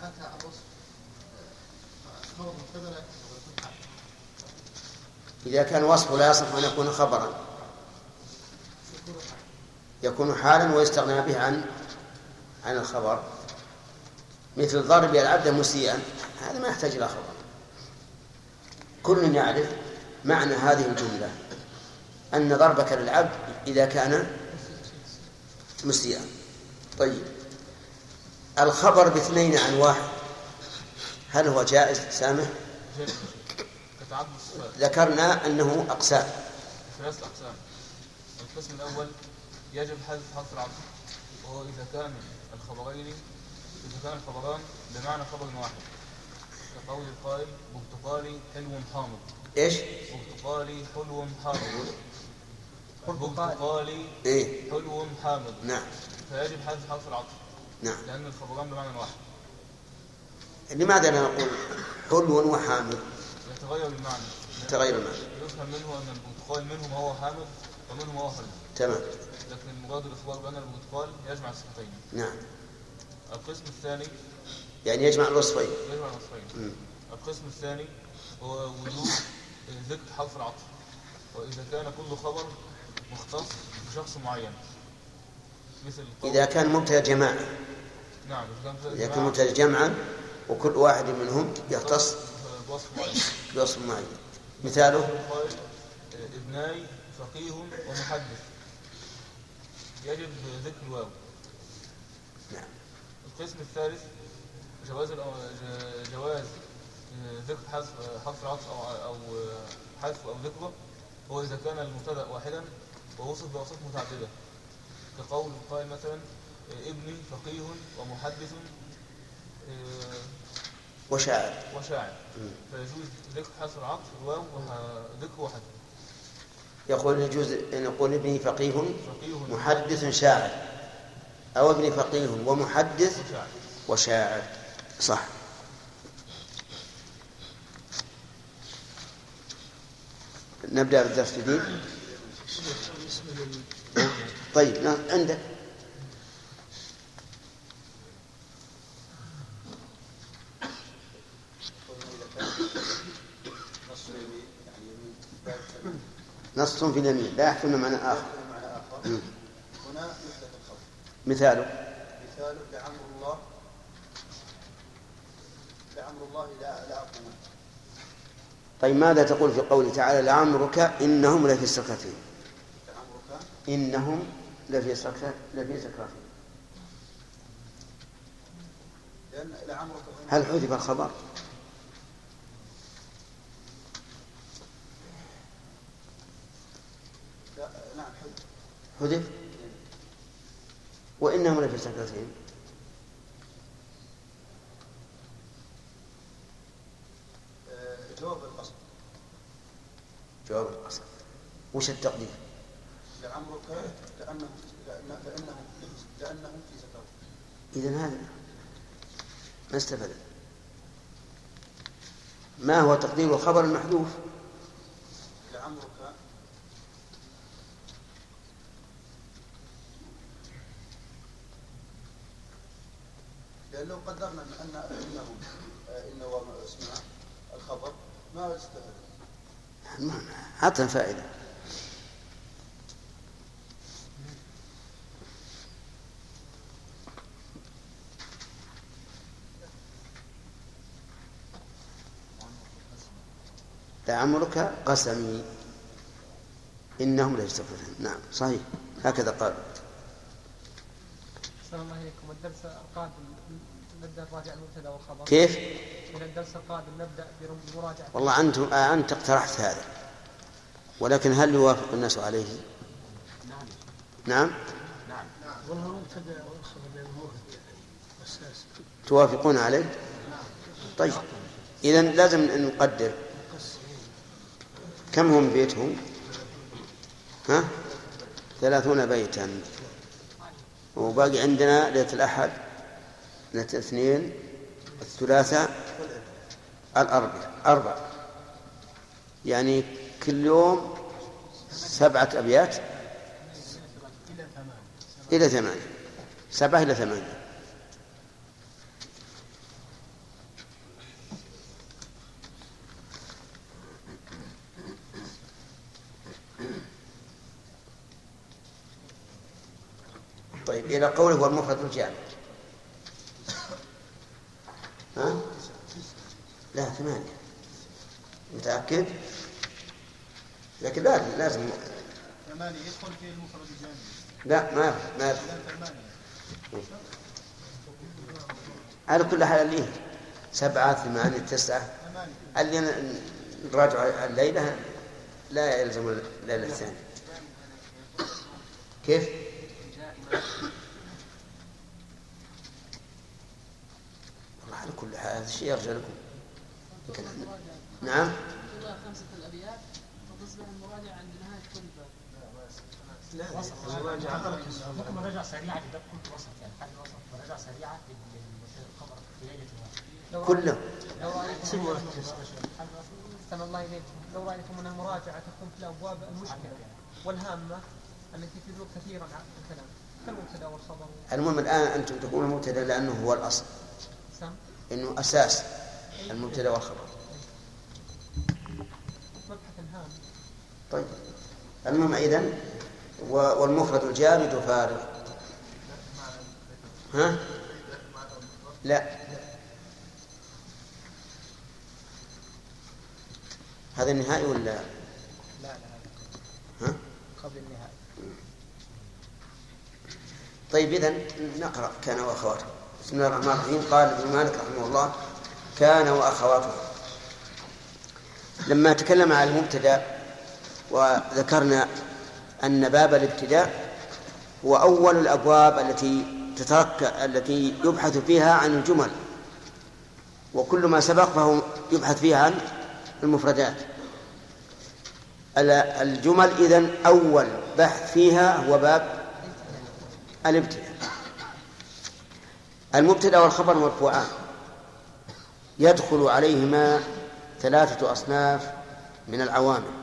إذا أتى الوصف خبر مبتدأ لا يكون حال. إذا كان وصفه لا يصح أن يكون خبرا يكون حالا ويستغنى به عن الخبر، مثل ضرب العبد مسيئا، هذا ما يحتاج إلى خبر. كل يعرف معنى هذه الجملة أن ضربك للعبد إذا كان مسيئا. طيب، الخبر باثنين عن واحد هل هو جائز سامح؟ ذكرنا أنه أقسام، 3 أقسام. القسم الأول يجب حذف حرف العطف، وهو إذا كان الخبران بمعنى خبر واحد، كقول القائل برتقالي حلو حامض. إيش؟ برتقالي حلو حامض. برتقالي حلو حامض. نعم. فيجب حذف حرف العطف. نعم. لأن الخبران بمعنى واحد. لماذا لا نقول حلو وحامض؟ يتغير المعنى. يفهم منه أن البرتقال منهم هو حامض ومنهم هو حلو. تمام. لكن المراد الإخبار بأن البرتقال يجمع الصفتين. نعم. القسم الثاني يعني يجمع الوصفين. القسم الثاني هو وجود ذكر حرف العطف، وإذا كان كل خبر مختص بشخص معين، مثل إذا كان مبتدأ جماعة. نعم. إذا كان مبتدأ جماعة وكل واحد منهم يختص بوصف معين. مثاله ابناي فقيه ومحدث، يجب ذكر الواو. نعم. القسم الثالث جواز ذكر حذف العطف أو حذف أو ذكره، هو إذا كان المبتدأ واحدا ووصف بأوصاف متعددة، كقول القائل مثلا ابني فقيه ومحدث وشاعر. فيجوز ذكر حذف العطف الواو وذكره وحده. يقول يجوز أن يقول ابني فقيه محدث شاعر، أو ابني فقيه ومحدث وشاعر. صح. نبدأ بالدرس الجديد. طيب، عندك نص في اليمين لا يحتمل معنى آخر. هنا يحدث الخبر. مثاله لعمر الله لا أقوم. طيب، ماذا تقول في قوله تعالى لعمرك إنهم لفي سكرتهم؟ إنهم لفي سكرتهم. هل حذف الخبر؟ نعم حذف. وإنهم لفي سكرتهم جواب القسم. وش التقدير؟ لعمرك لأنهم في سكرة. إذن هذا ما استفاد. ما هو تقدير الخبر المحذوف؟ لعمرك لأن لو قدرنا إنهم اسمها الخبر ما استفاد. عطنا فائدة. لعمرك قسمي إنهم ليستفرون. نعم صحيح، هكذا قال. السلام عليكم. الدرس القادم نبدأ نراجع المبتدأ والخبر. كيف؟ من الدرس القادم نبدأ بمراجعة. والله أنت اقترحت هذا، ولكن هل يوافق الناس عليه؟ نعم. والله المبتدأ والخبر للمهد أساس. توافقون عليه؟ طيب، إذن لازم نقدر كم هم بيتهم؟ 30 بيتا، وباقي عندنا ليلة الأحد، ليلة الاثنين، الثلاثاء، الأربع، يعني كل يوم 7 أبيات إلى 8، 7 إلى 8. إلى قوله هو المفرد الجامع. ها؟ لا 8. متأكد؟ لكن لازم 8 يدخل في المفرد الجامع. لا ما يدخل. على كل حال اللي 7 8 9 اللي نراجع الليلة لا يلزم الليلة الثانية. كيف؟ والله على كل حال هذا الشيء يرجع لكم. نعم. 5 الأبيات وتصبح المراجعة عند نهاية كل باب. لا وسط ممكن مراجعة سريعة لباب كل وسط، يعني حل وسط مراجعة سريعة للخبر في ليلة كله. لو لو رأيتم أن المراجعة تكون في الأبواب المشكلة والهامة التي تدور كثيرا عن الكلام كالمبتدأ والخبر. المهم الآن أنتم تقولون المبتدأ لأنه هو الأصل، إنه أساس المبتدأ والخبر. مبحث هام. طيب المهم إذن والمفرد الجامد فارغ. ها؟ لا هذا النهائي ولا لا ها؟ قبل النهائي. طيب إذن نقرأ كان وأخواته. بسم الله الرحمن الرحيم. قال ابن مالك رحمه الله كان وأخواته. لما تكلم عن المبتدأ وذكرنا أن باب الابتداء هو أول الأبواب التي يبحث فيها عن الجمل، وكل ما سبق فهو يبحث فيها عن المفردات. الجمل إذن أول بحث فيها هو باب الابتداء. المبتدأ والخبر مرفوعان يدخل عليهما 3 أصناف من العوامل.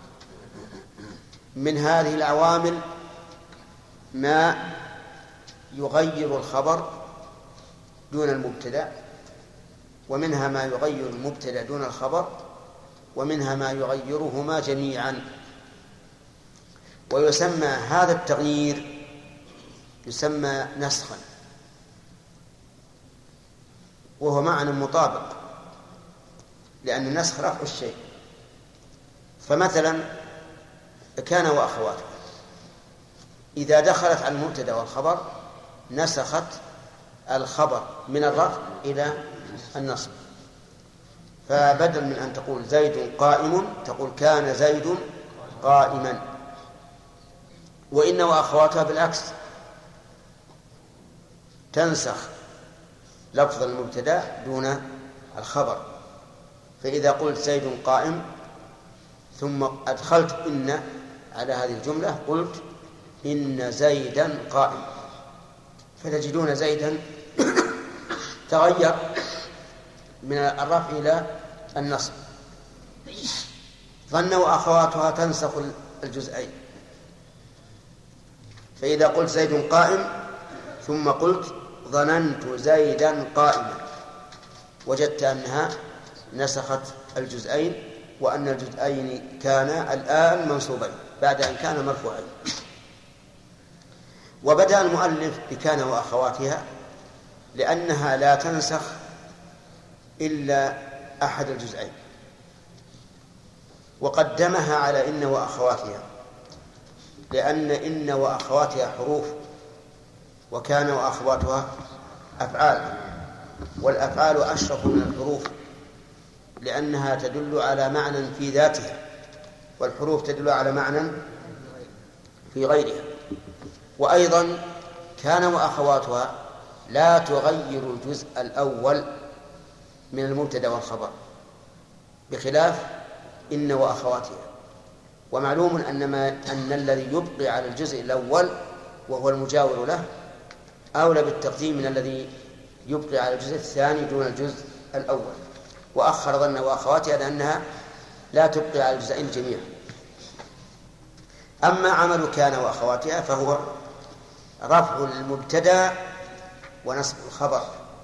من هذه العوامل ما يغير الخبر دون المبتدأ، ومنها ما يغير المبتدأ دون الخبر، ومنها ما يغيرهما جميعا. ويسمى هذا التغيير يسمى نسخا، وهو معنى مطابق، لأن النسخ رفع الشيء. فمثلا كان وأخواته إذا دخلت على المبتدأ والخبر نسخت الخبر من الرفع إلى النصب. فبدل من أن تقول زيد قائم تقول كان زيد قائما. وإن وأخواتها بالعكس تنسخ لفظ المبتدأ دون الخبر. فإذا قلت زيد قائم ثم أدخلت إن على هذه الجملة قلت إن زيدا قائم، فتجدون زيدا تغير من الرفع إلى النصب. ظن وأخواتها تنسخ الجزئين. فإذا قلت زيد قائم ثم قلت ظننت زيدا قائما وجدت أنها نسخت الجزئين، وأن الجزئين كانا الآن منصوبين بعد أن كان مرفوعين. وبدأ المؤلف بكان وأخواتها لأنها لا تنسخ إلا أحد الجزئين، وقدمها على إن وأخواتها لأن إن وأخواتها حروف، وكان وأخواتها أفعال، والأفعال أشرف من الحروف لأنها تدل على معنى في ذاتها، والحروف تدل على معنى في غيرها. وأيضا كان وأخواتها لا تغير الجزء الأول من المبتدأ والخبر، بخلاف إن وأخواتها. ومعلوم أن الذي يبقي على الجزء الأول وهو المجاور له أولى بالتقديم من الذي يبقي على الجزء الثاني دون الجزء الأول. وأخر ظن وأخواتها لأنها لا تبقي على الجزئين جميعا. أما عمل كان وأخواتها فهو رفع المبتدأ ونصب الخبر.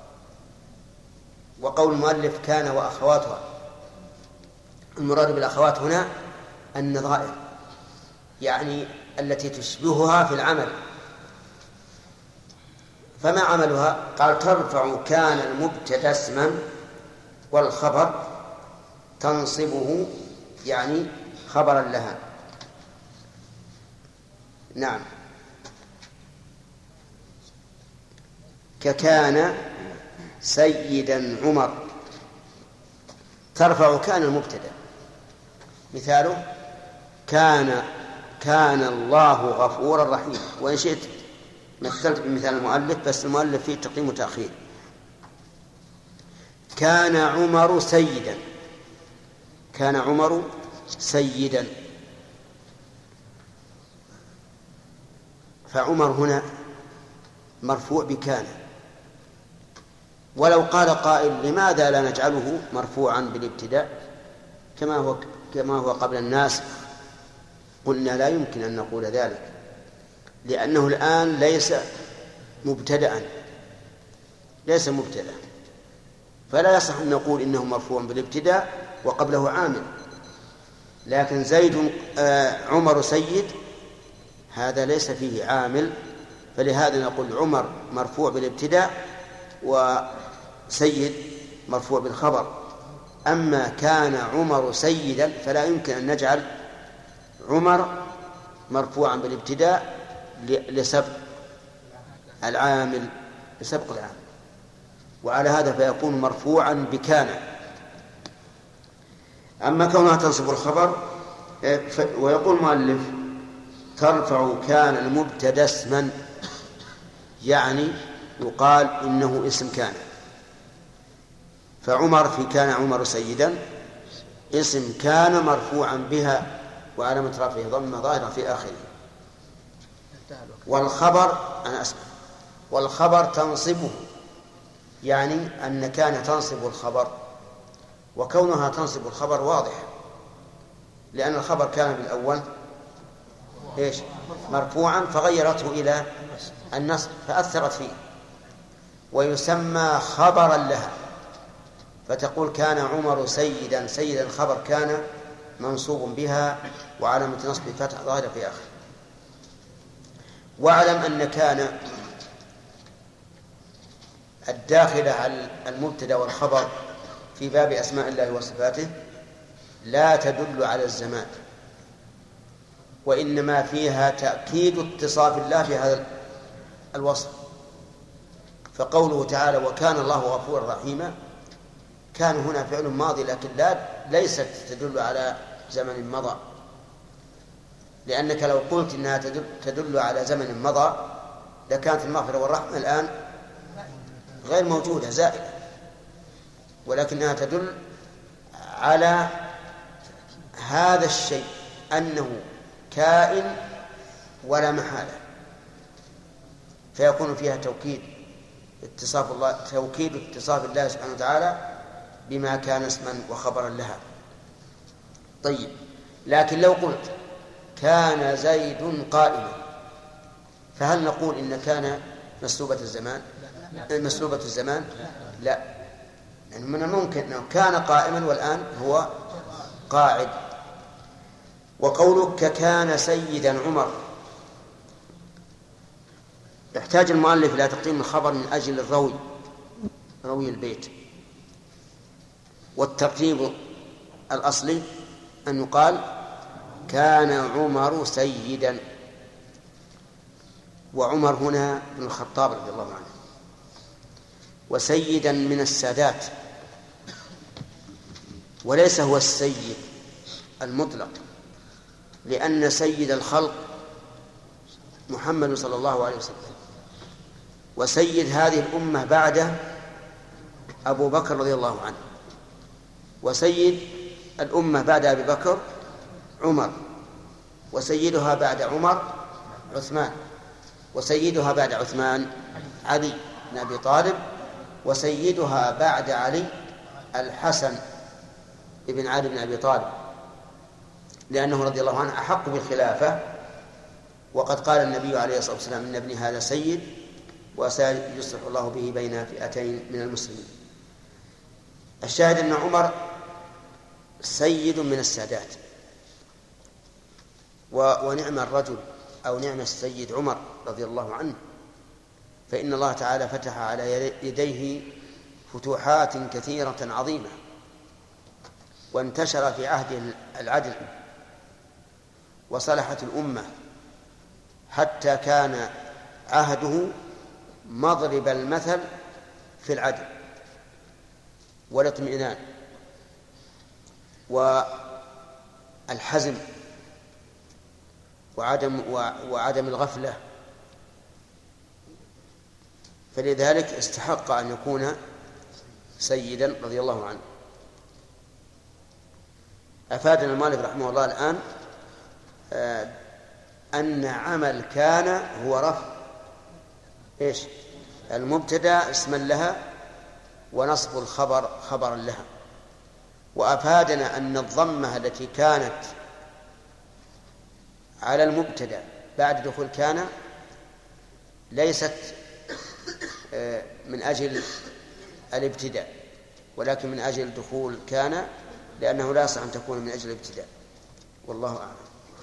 وقول المؤلف كان وأخواتها، المراد بالأخوات هنا النظائر، يعني التي تشبهها في العمل. فما عملها؟ قال ترفع كان المبتدأ اسما والخبر تنصبه يعني خبرا لها. نعم. ككان سيدا عمر، ترفع كان المبتدأ. مثاله كان الله غفورا رحيما، وإن شئت مثلت بمثال المؤلف، بس المؤلف فيه تقديم وتأخير. كان عمر سيدا، كان عمر سيدا، فعمر هنا مرفوع بكان. ولو قال قائل لماذا لا نجعله مرفوعا بالابتداء كما هو قبل الناس؟ قلنا لا يمكن أن نقول ذلك، لأنه الآن ليس مبتدأ، فلا يصح أن نقول إنه مرفوع بالابتداء وقبله عامل. لكن زيد عمر سيد هذا ليس فيه عامل، فلهذا نقول عمر مرفوع بالابتداء وسيد مرفوع بالخبر. أما كان عمر سيدا فلا يمكن أن نجعل عمر مرفوعا بالابتداء لسبق العامل، وعلى هذا فيكون مرفوعا بكان. أما كونها تنصب الخبر، ويقول المؤلف ترفع كان المبتدأ اسما، يعني يقال إنه اسم كان. فعمر في كان عمر سيدا اسم كان مرفوعا بها وعلامة رفعه ضمة ظاهرة في آخره. والخبر تنصبه، يعني أن كان تنصب الخبر، وكونها تنصب الخبر واضح، لأن الخبر كان بالأول مرفوعا فغيرته إلى النصب فأثرت فيه، ويسمى خبرا لها. فتقول كان عمر سيدا، سيدا خبر كان منصوب بها وعلامة نصب فتح ظاهرة في آخر. واعلم أن كان الداخلة على المبتدأ والخبر في باب أسماء الله وصفاته لا تدل على الزمان، وإنما فيها تأكيد اتصاف الله في هذا الوصف. فقوله تعالى وكان الله غفورا رحيما، كان هنا فعل ماضي لكن ليست تدل على زمن مضى، لأنك لو قلت إنها تدل على زمن مضى لكانت المغفرة والرحمة الآن غير موجودة زائلة، ولكنها تدل على هذا الشيء أنه كائن ولا محالة، فيكون فيها توكيد اتصاف الله سبحانه وتعالى بما كان اسما وخبرا لها. طيب، لكن لو قلت كان زيد قائما، فهل نقول إن كان مسلوبة الزمان؟ لا، يعني من الممكن أنه كان قائما والآن هو قاعد. وقولك كان سيدا عمر، يحتاج المؤلف إلى تقديم الخبر من أجل روي البيت، والترتيب الأصلي أن يقال كان عمر سيدا، وعمر هنا بن الخطاب رضي الله عنه، وسيدا من السادات، وليس هو السيد المطلق، لأن سيد الخلق محمد صلى الله عليه وسلم، وسيد هذه الأمة بعده أبو بكر رضي الله عنه، وسيد الأمة بعد أبي بكر عمر، وسيدها بعد عمر عثمان، وسيدها بعد عثمان علي بن أبي طالب، وسيدها بعد علي الحسن ابن علي بن أبي طالب، لأنه رضي الله عنه أحق بالخلافة، وقد قال النبي عليه الصلاة والسلام إن ابني هذا سيد وسيصلح الله به بين فئتين من المسلمين. الشاهد أن عمر سيد من السادات، ونعم الرجل أو نعم السيد عمر رضي الله عنه، فإن الله تعالى فتح على يديه فتوحات كثيرة عظيمة، وانتشر في عهد العدل، وصلحت الأمة حتى كان عهده مضرب المثل في العدل والاطمئنان والحزم وعدم الغفلة. فلذلك استحق أن يكون سيدا رضي الله عنه. أفادنا المؤلف رحمه الله الآن أن عمل كان هو رفع المبتدأ اسما لها ونصب الخبر خبرا لها. وأفادنا أن الضمة التي كانت على المبتدأ بعد دخول كان ليست من أجل الابتداء، ولكن من أجل دخول كان، لأنه لا يصح أن تكون من أجل الابتداء. والله أعلم.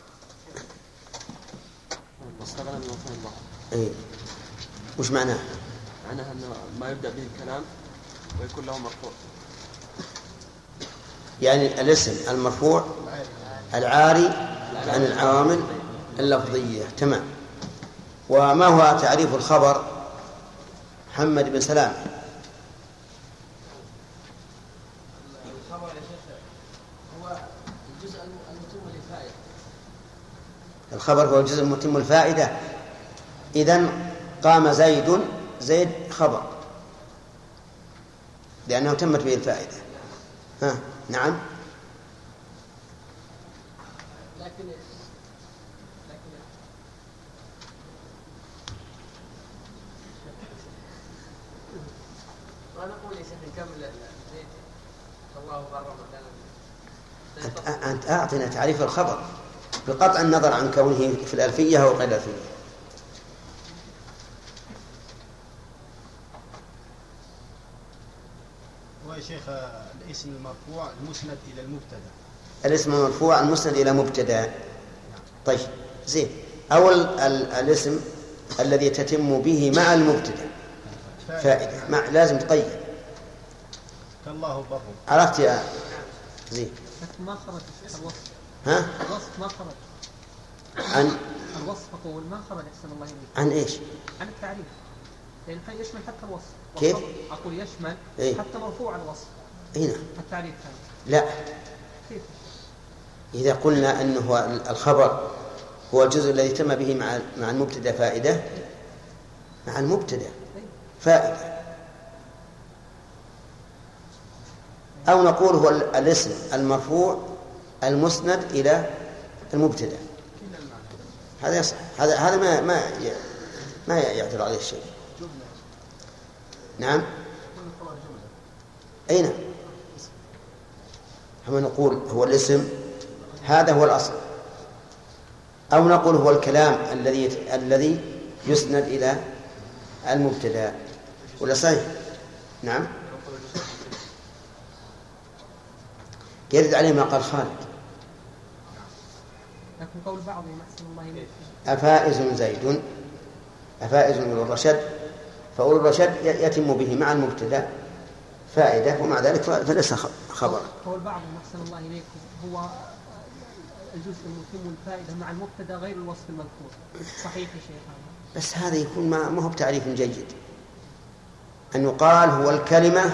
إيه؟ وش معناه؟ معناها أنه ما يبدأ به الكلام ويكون له مرفوع، يعني الاسم المرفوع العاري عن العوامل اللفظية. تمام. وما هو تعريف الخبر محمد بن سلام؟ الخبر يا شيخ هو الجزء المتم للفائدة. الخبر هو الجزء المتم الفائدة. إذن قام زيد خبر لأنه تمت به الفائدة. نعم. لكن ما نقول يا شيخ نكمل زيد الله برا مثلا. أنت أعطنا تعريف الخبر بقطع النظر عن كونه في الألفية أو غير الألفية. يا شيخ الاسم المرفوع المسند إلى المبتدأ. الاسم المرفوع المسند إلى مبتدأ. طيب زين. أول الاسم الذي تتم به مع المبتدأ فائدة لازم تقيد. كالله بر. عرفت يا زين؟ ما خرج الوصف. الوصف ما خرج عن الوصف. أقول ما خرج أحسن الله إليك. عن إيش؟ عن التعريف، لأن يعني يشمل حتى الوصف. كيف؟ أقول يشمل حتى مرفوع الوصف. هنا التعريف كان. لا. كيف؟ إذا قلنا أنه الخبر هو الجزء الذي تم به مع المبتدأ فائدة، مع المبتدأ فائدة، أو نقول هو الاسم المرفوع المسند إلى المبتدأ. هذا يصح. هذا ما يعترض عليه الشيء. نعم. أين هم نقول هو الاسم، هذا هو الأصل، أو نقول هو الكلام الذي يسند إلى المبتدأ. ولا صحيح؟ نعم. يرد عليه ما قال خالد. لكن قول بعضهم أحسن الله إليك أفائز زيد، أفائز أولو الرشد، فأولو الرشد يتم به مع المبتدأ فائدة، ومع ذلك فليس خبر. قول بعضهم أحسن الله إليك هو الجزء المتم الفائدة مع المبتدأ غير الوصف المذكور. صحيح يا شيخ؟ بس هذا يكون ما هو بتعريف جيد. أن يقال هو الكلمة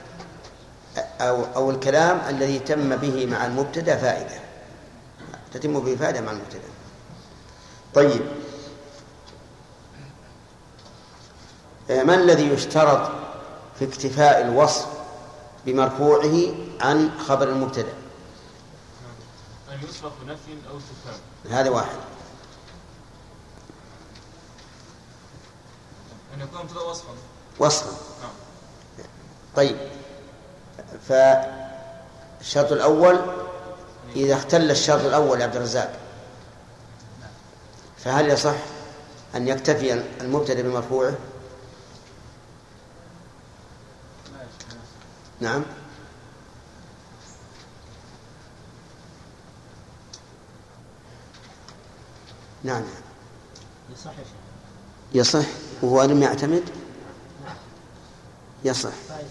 أو الكلام الذي تم به مع المبتدأ فائدة، تتم به فائدة مع المبتدأ. طيب، ما الذي يشترط في اكتفاء الوصف بمرفوعه عن خبر المبتدأ؟ أن يسبق بنفي أو استفهام. هذا واحد. أن يكون مبتدأ وصفا. طيب، فالشرط الأول إذا اختل الشرط الأول يا عبد الرزاق، فهل يصح أن يكتفي المبتدأ بمرفوعه؟ نعم. نعم. يصح يا شيخ. يصح وهو لم يعتمد يصح.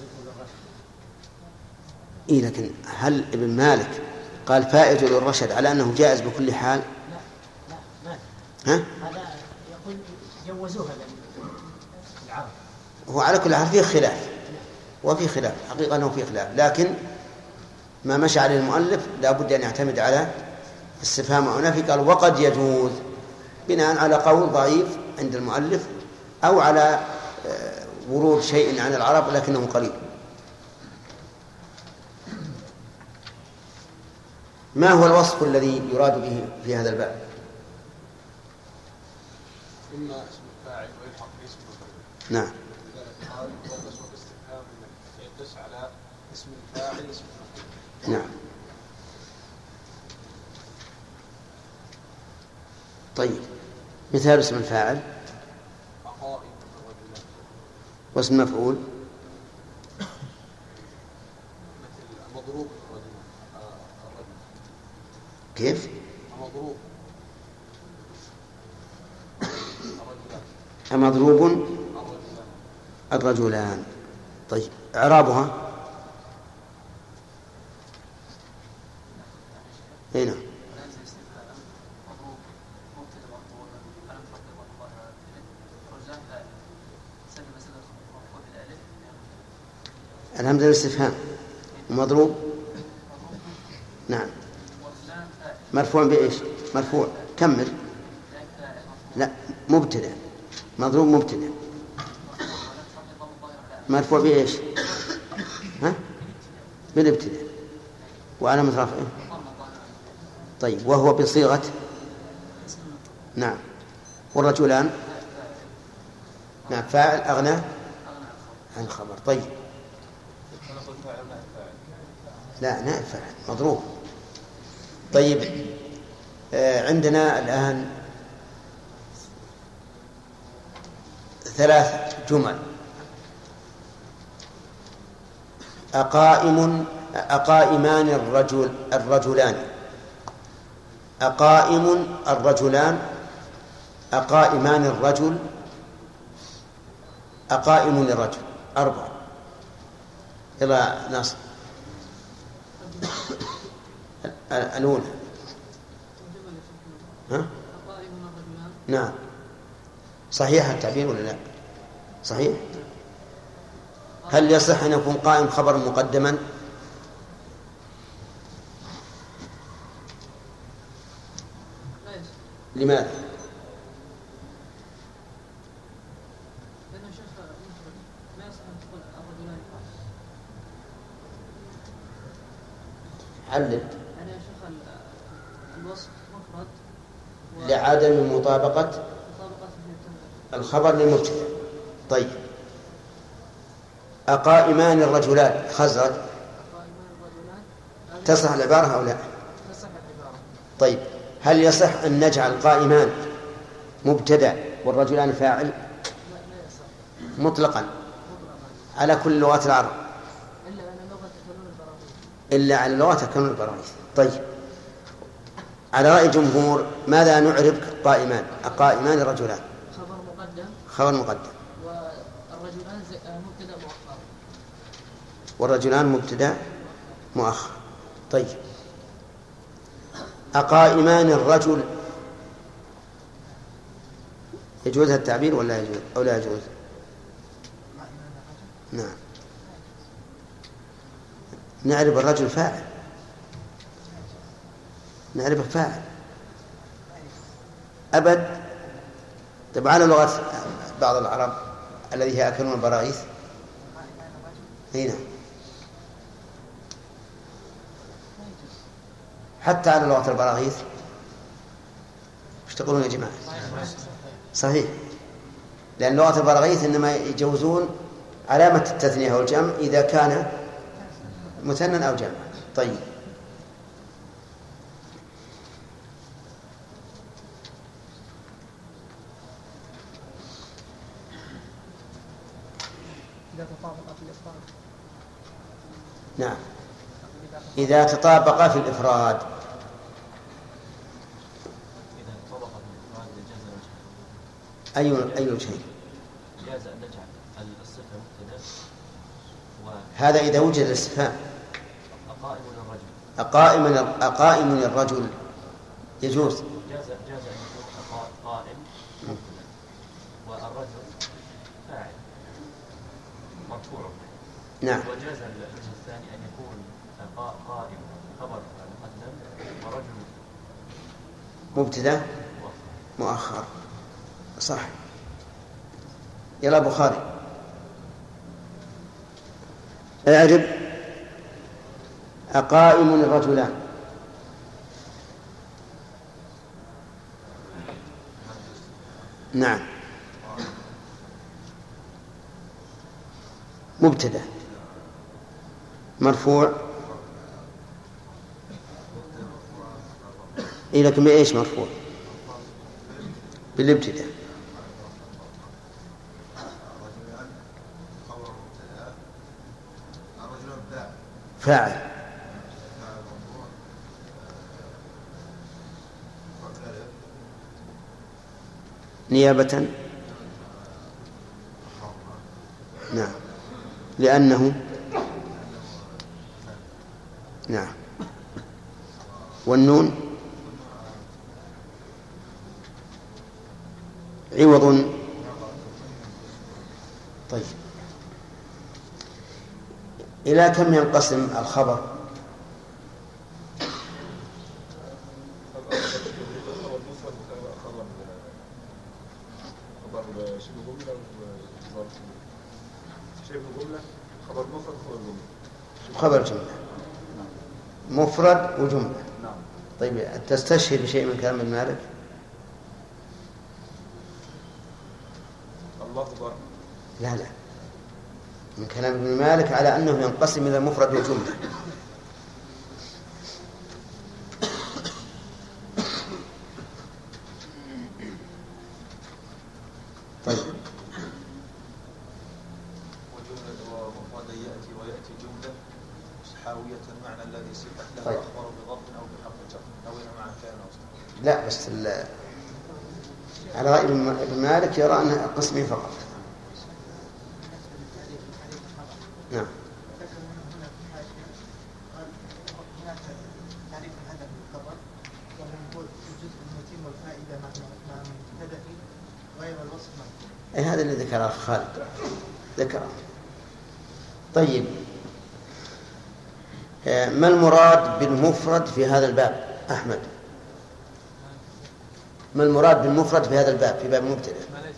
إيه لكن هل ابن مالك قال فائز للرشد على أنه جائز بكل حال؟ لا ها؟ هذا يقول جوزوها العرب. هو على كل حال فيه خلاف، وفي خلاف حقيقة أنه فيه خلاف، لكن ما مشى عليه المؤلف لا بد أن يعتمد على استفهام أو نفي. قال وقد يجوز بناء على قول ضعيف عند المؤلف أو على ورود شيء عن العرب لكنه قليل. ما هو الوصف الذي يراد به في هذا الباب؟ إما اسم الفاعل ويلحق باسم المفعول. نعم. قال وقص الاستفهام يقص على اسم الفاعل اسم المفعول. نعم. طيب مثال اسم الفاعل واسم المفعول مثل مضروب الرجل. كيف؟ مضروب مضروب الرجلان. طيب إعرابها هنا الهمزة الاستفهام ومضروب. نعم. مرفوع بإيش؟ مرفوع كمل. لا مبتدأ. مضروب مبتدأ مرفوع بإيش؟ ها؟ بالابتداء وعلامة رفعه. طيب وهو بصيغة نعم. والرجلان نعم فاعل أغنى عن خبر. طيب لا نائب فاعل مضروب. طيب عندنا الآن 3 جمل. أقائمان الرجلان. أقائم الرجلان. أقائمان الرجل. أقائم الرجل. 4. يلا ناصر. الأولى ها؟ نعم صحيح التعبير ولا لا؟ صحيح. هل يصح أن يكون قائم خبر مقدما؟ لماذا؟ علل. لعدم مطابقة الخبر للمبتدأ. طيب أقائمان الرجلان خزرج تصح العبارة أو لا؟ طيب هل يصح أن نجعل قائمان مبتدأ والرجلان فاعل مطلقا على كل لغات العرب إلا على لغات كانون البراغيث؟ طيب على رأي الجمهور ماذا نعرب قائمان؟ أقائمان الرجلان خبر مقدم والرجلان مبتدأ مؤخر. طيب أقائمان الرجل يجوز التعبير ولا يجوز أو لا يجوز؟ نعم نعرف الرجل فاعل، نعرفه فاعل أبد. طيب على لغة بعض العرب الذي هي أكلون البراغيث هنا حتى على لغة البراغيث ايش تقولون يا جماعة؟ صحيح، لأن لغة البراغيث إنما يجوزون علامة التثنية والجمع إذا كان مثنى أو جمع. طيب نعم إذا تطابق في الإفراد. أي شيء؟ جاز أن نجعل الصفة مبتدأ هذا إذا وجد الاستفهام. أقائم الرجل يجوز. جاز أن يكون قائم مبتدأ والرجل فاعل مرفوع. نعم. وجاز الوجه الثاني أن يكون قائم خبر مقدم ورجل مبتدأ مؤخر. صح. يلا بخاري اعرب أقائم الرجلان. نعم. مبتدأ مرفوع. لكن بإيش مرفوع؟ بالابتداء. فاعل. نيابة. نعم لأنه. نعم. والنون عوض. طيب إلى كم ينقسم الخبر؟ خبر جملة مفرد وجملة. طيب تستشهد بشيء من كلام ابن مالك؟ لا من كلام ابن مالك على أنه ينقسم إلى مفرد وجملة. طيب وجملة ومفردا يأتي ويأتي جملة حاوية المعنى الذي صفت له طيب. أخبر بضرب أو بحرف جر أو إلى معنى كان أو لا بس على رأي ابن مالك يرى أنها قسمين فقط. نعم. أي هذا اللي ذكره خالد ذكره. طيب ما المراد بالمفرد في هذا الباب أحمد؟ ما المراد بالمفرد في هذا الباب في باب المبتدأ؟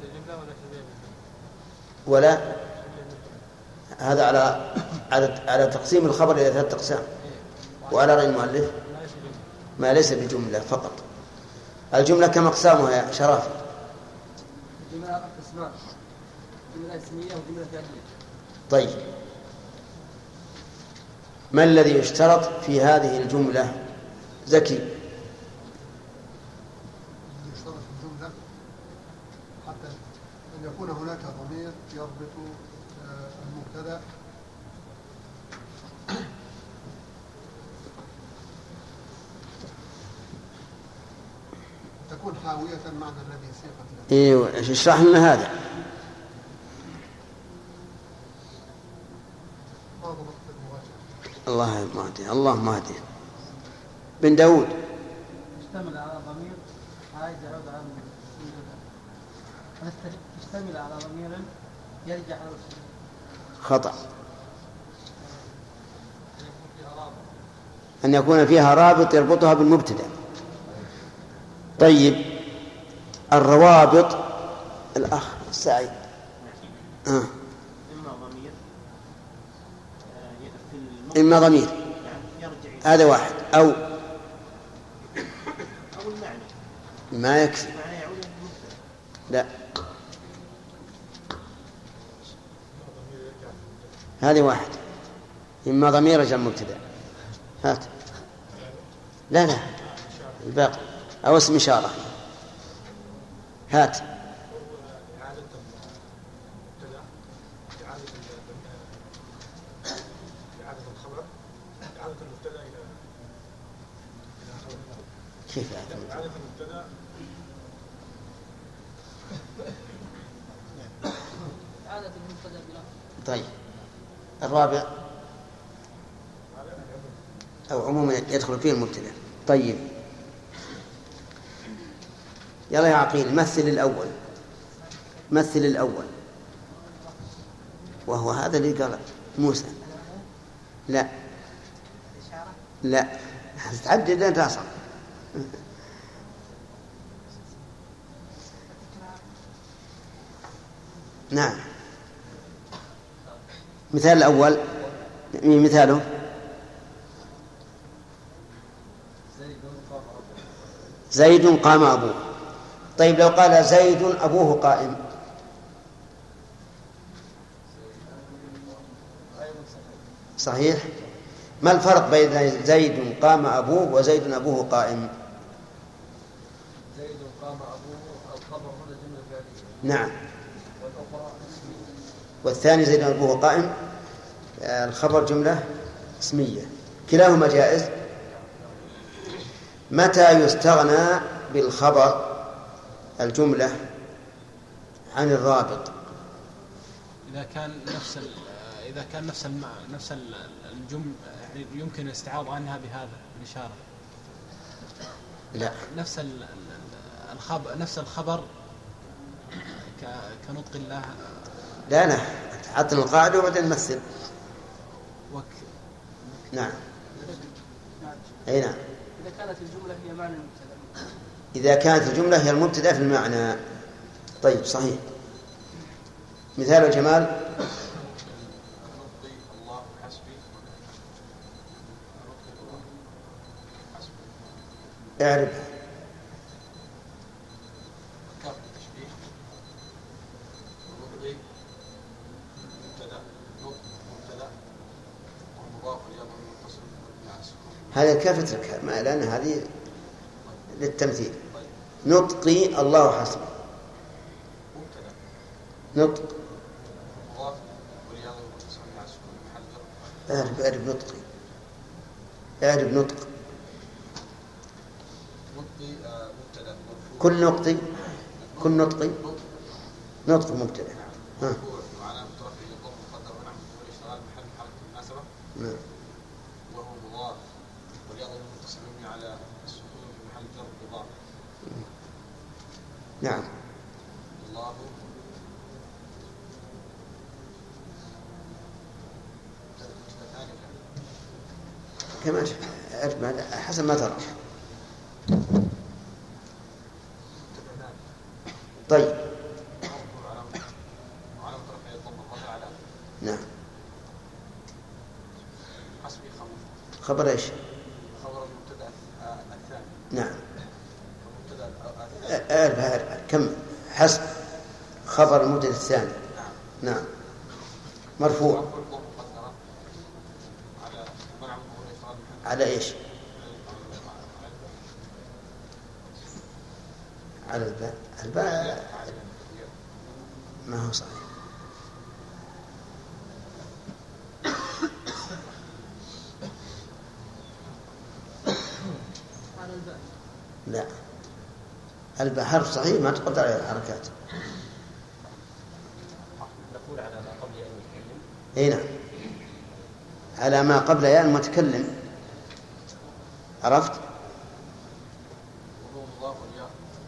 ولا هذا على تقسيم الخبر إلى 3 أقسام. وعلى رأي المؤلف ما ليس بجملة فقط. الجملة كم أقسامها يا شرافي؟ الجملة قسمان، جملة اسمية وجملة فعلية. طيب ما الذي يشترط في هذه الجملة زكي؟ يشترط في الجملة حتى أن يكون هناك ضمير يربط المبتدأ تكون حاوية المعنى الذي سيقت له. ايوه اشرح لنا هذا. الله مهدي الله مهدي بن داود. يشتمل على ضمير عايز يعود على يشتمل على ضمير يرجع على خطأ. أن يكون فيها رابط يربطها بالمبتدأ. طيب الروابط الأخ سعيد. إما ضمير هذا واحد أو المعنى ما يكفي. لا هذه واحد. إما ضمير رجع المبتدأ. هات لا الباقي أو اسم إشارة. هات كيف إعادة المبتدأ طيب الرابع أو عموما يدخل فيه المبتدأ. طيب يلا يا عقيل مثل الأول، مثل الأول، وهو هذا اللي قال موسى. لا لا تعدد لين تصل. نعم مثال الأول مثاله زيد قام أبوه. طيب لو قال زيد أبوه قائم صحيح. ما الفرق بين زيد قام أبوه وزيد أبوه قائم؟ زيد قام أبوه الخبر هنا جملة فعلية. نعم. والأخرى اسمية. والثاني زيد أبوه قائم الخبر جملة اسمية، كلاهما جائز. متى يستغنى بالخبر الجملة عن الرابط؟ إذا كان نفس الجملة يعني يمكن الاستعاضة عنها بهذا الإشارة. لا نفس الخبر كنطق الله. لا عطنا القاعدة وبعدين نمثل. نعم أي نعم. إذا كانت الجملة هي معنى المبتدأ. إذا كانت الجملة هي المبتدأ في المعنى. طيب صحيح. مثال جمال اعرف. هذا كيف اتركها لأن هذه للتمثيل. نطقي الله حسبي. نطق اعرف نطقي. اعرف نطق. كل نطقي نطق مبتدأ. ها نعم. وهو مضاف ولياض المتصل على السكون في محل جر مضاف. نعم. الله كما أعرف حسب ما ترى. طيب نعم. خبر ايش؟ خبر المبتدأ الثاني. نعم. كم حسب خبر المبتدأ الثاني. نعم. مرفوع على ايش؟ على الباء. الباء ما هو صحيح. لا الباء حرف صحيح ما تقدر عليه الحركات. نقول على ما قبل أن يتكلم. اي نعم على ما قبل يا المتكلم. عرفت؟ وهو مضاف والياء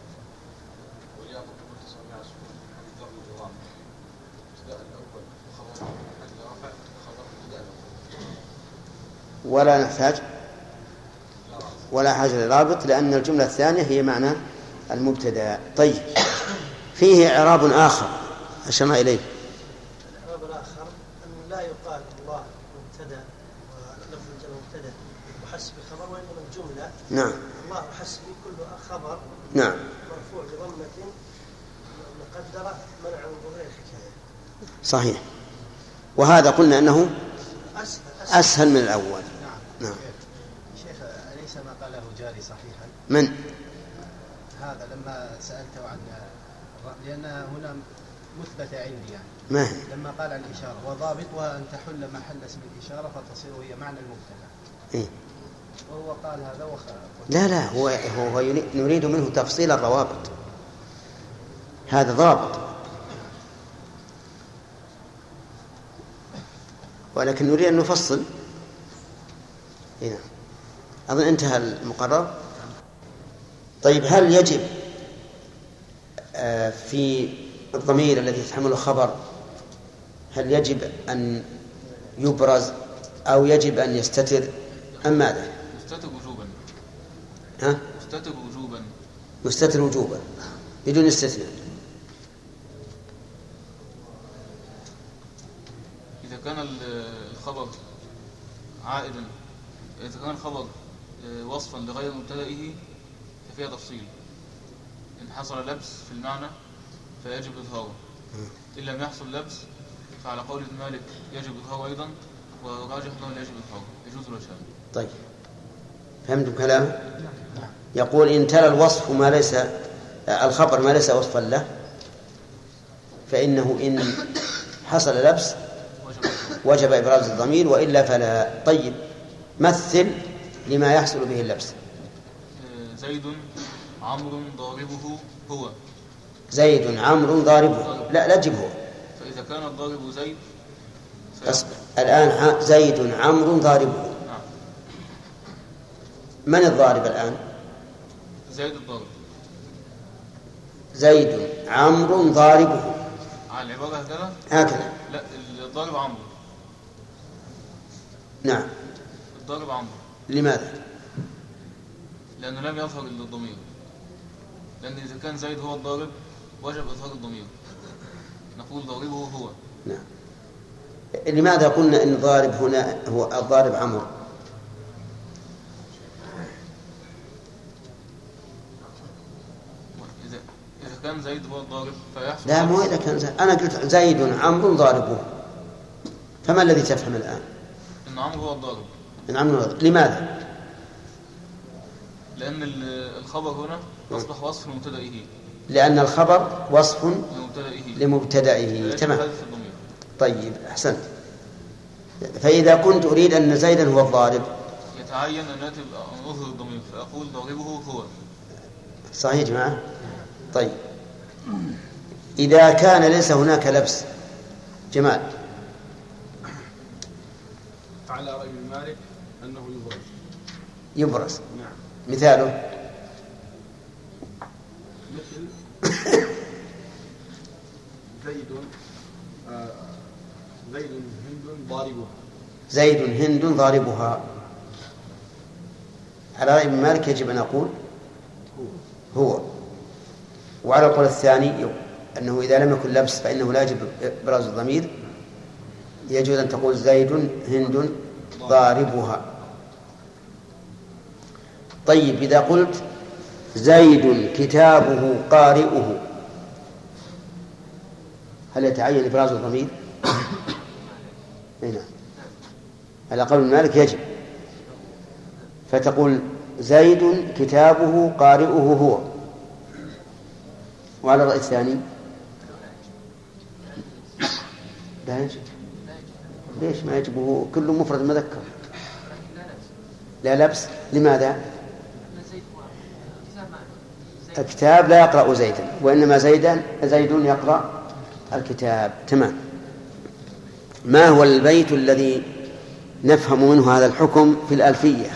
متصل على السكون في محل جر مضاف. ابتداء الأول خبر محل رفع خبر ابتداء الأول. ولا نحتاج ولا حاجة لرابط لأن الجملة الثانية هي معنى المبتدأ. طيب فيه إعراب آخر أشرنا إليه. الإعراب الآخر أن لا يقال الله مبتدأ ولفظ الجر مبتدأ وحسب خبر وإنما الجملة. نعم. الله حسبي كله خبر. نعم. مرفوع بضمة مقدرة منع من ظهور الحكاية. صحيح. وهذا قلنا أنه أسهل من الأول. نعم. شيخ أليس ما قاله جاري صحيحا؟ من؟ هذا لما سألته عن لأن هنا مثبتة عندي يعني. ما هي؟ لما قال عن الإشارة وضابطها أن تحل محل اسم الإشارة فتصير هي معنى المبتدأ. إيه؟ وهو قال هذا لا هو نريد منه تفصيل الروابط. هذا ضابط. ولكن نريد أن نفصل هنا. أظن انتهى المقرر. طيب هل يجب في الضمير الذي يتحمله خبر هل يجب أن يبرز أو يجب أن يستتر أم ماذا؟ يستتر وجوبا. ها؟ يستتر وجوبا. يستتر وجوبا بدون استثناء. إذا كان الخبر عائدا، إذا كان الخبر وصفا لغير مبتدئه ففيها تفصيل. إن حصل لبس في المعنى فيجب إظهاره، إن لم يحصل لبس فعلى قول ابن مالك يجب إظهاره أيضا، وراجح أنه لا يجب إظهاره، يجوز الوجهان. طيب فهمتم كلامه؟ يقول إن تلا الوصف ما ليس الخبر ما ليس وصفا له فإنه إن حصل لبس وجب إبراز الضمير وإلا فلا. طيب مثل لما يحصل به اللبس. زيد عمرو ضاربه هو. زيد عمرو ضاربه، لا تجيب هو. فإذا كان الضارب زيد الآن زيد عمرو ضاربه. نعم. من الضارب الآن؟ زيد الضارب. زيد عمرو ضاربه. على العبارة هكذا؟ هكذا. لا، الضارب عمرو. نعم. الضارب عمرو. لماذا؟ لأنه لم يظهر الضمير، لأن إذا كان زيد هو الضارب وجب إظهار الضمير، نقول ضاربه هو. نعم. لماذا قلنا إن الضارب هنا هو الضارب عمرو؟ إذا كان زيد هو الضارب فيحصل. لا، مو إذا كان زيد. أنا قلت زيد عمرو ضاربه، فما الذي تفهم الآن؟ إن عمرو هو الضارب. إن عمرو هو الضارب. لماذا؟ لأن الخبر هنا أصبح وصف لمبتدئه. لأن الخبر وصف لمبتدئه. تمام. طيب أحسنت. فإذا كنت أريد أن زيدا هو الضارب يتعين أن أظهر الضمير فأقول ضاربه هو. صحيح يا جماعة؟ طيب إذا كان ليس هناك لبس. جمال. على رأي مالك أنه يبرز. نعم. مثاله مثل زيد هند ضاربها. زيد هند ضاربها. على رأي ابن مالك يجب أن أقول هو. وعلى القول الثاني أنه إذا لم يكن لبس فإنه لا يجب إبراز الضمير، يجوز أن تقول زيد هند ضاربها. طيب إذا قلت زيد كتابه قارئه هل يتعين إبراز الضمير؟ نعم. على قول مالك يجب، فتقول زيد كتابه قارئه هو. وعلى الرأي الثاني لا يجب. ليش ما يجب؟ كله مفرد مذكر. لا لبس. لماذا؟ الكتاب لا يقرأ زيدا، وإنما زيد يقرأ الكتاب. تمام. ما هو البيت الذي نفهم منه هذا الحكم في الألفية؟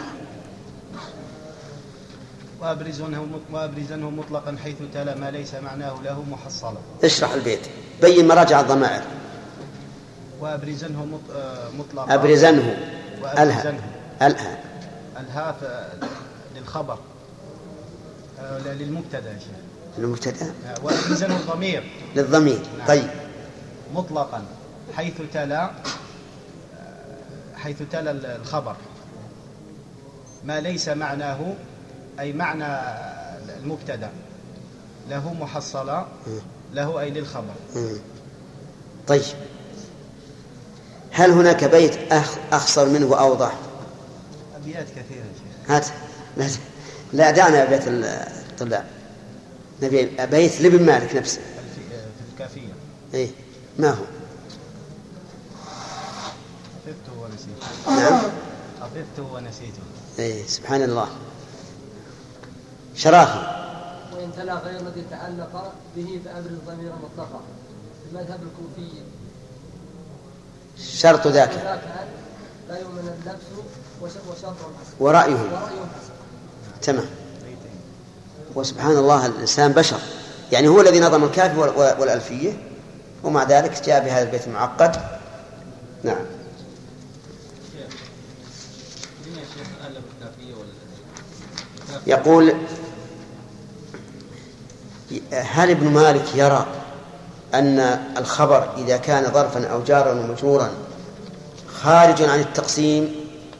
وأبرزنه مطلقا حيث تلا ما ليس معناه له محصلا. اشرح البيت، بين مراجع الضمائر. وأبرزنه مطلقا. أبرزنه. الها للخبر للمبتدا. للمبتدا. وأبرزنه الضمير للضمير. نعم. طيب مطلقا حيث تلا الخبر ما ليس معناه أي معنى المبتدا له محصلا له أي للخبر. طيب هل هناك بيت أخصر منه وأوضح؟ أبيات كثيرة شيخ. هات. لا دعنا بيت الطلاب، نبي بيت لابن مالك نفسه في الكافية. إيه ما هو؟ حفظته ونسيته. نعم. حفظته ونسيته. إيه سبحان الله. شراحي. وإن تلا غير الذي تعلق به فأبرز ضمير مطلقا. المذهب الكوفي. شرط ذاك لا يؤمن اللبس وشرط ورأيه. تمام. وسبحان الله الإنسان بشر، يعني هو الذي نظم الكافي والألفية ومع ذلك جاء بهذا البيت المعقد. نعم. يقول هل ابن مالك يرى أن الخبر إذا كان ظرفا أو جارا ومجرورا خارج عن التقسيم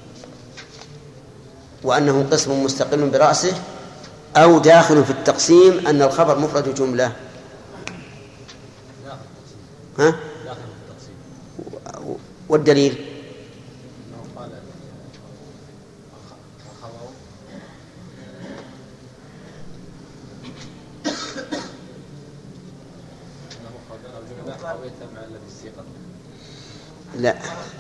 وأنه قسم مستقل برأسه، أو داخل في التقسيم أن الخبر مفرد جملة؟ ها؟ والدليل؟ لا.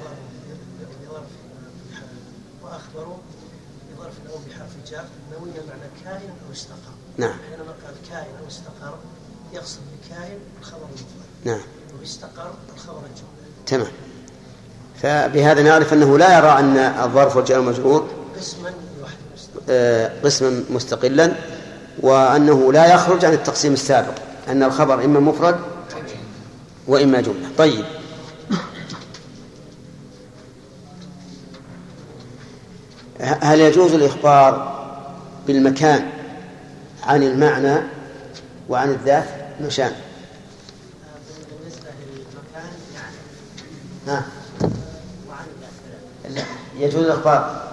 وأخبروا بظرف أو بحرف جر نوي معنى كائن أو استقر. نعم. حينما قال كائن أو استقر يقصد بكائن الخبر المفرد. نعم. واستقر الخبر الجملة. تمام. فبهذا نعرف أنه لا يرى أن الظرف والجار والمجرور قسما مستقلا، وأنه لا يخرج عن التقسيم السابق، أن الخبر إما مفرد وإما جملة. طيب. هل يجوز الإخبار بالمكان عن المعنى وعن الذات؟ نشان. بالنسبة للمكان يعني وعن الذات يجوز الإخبار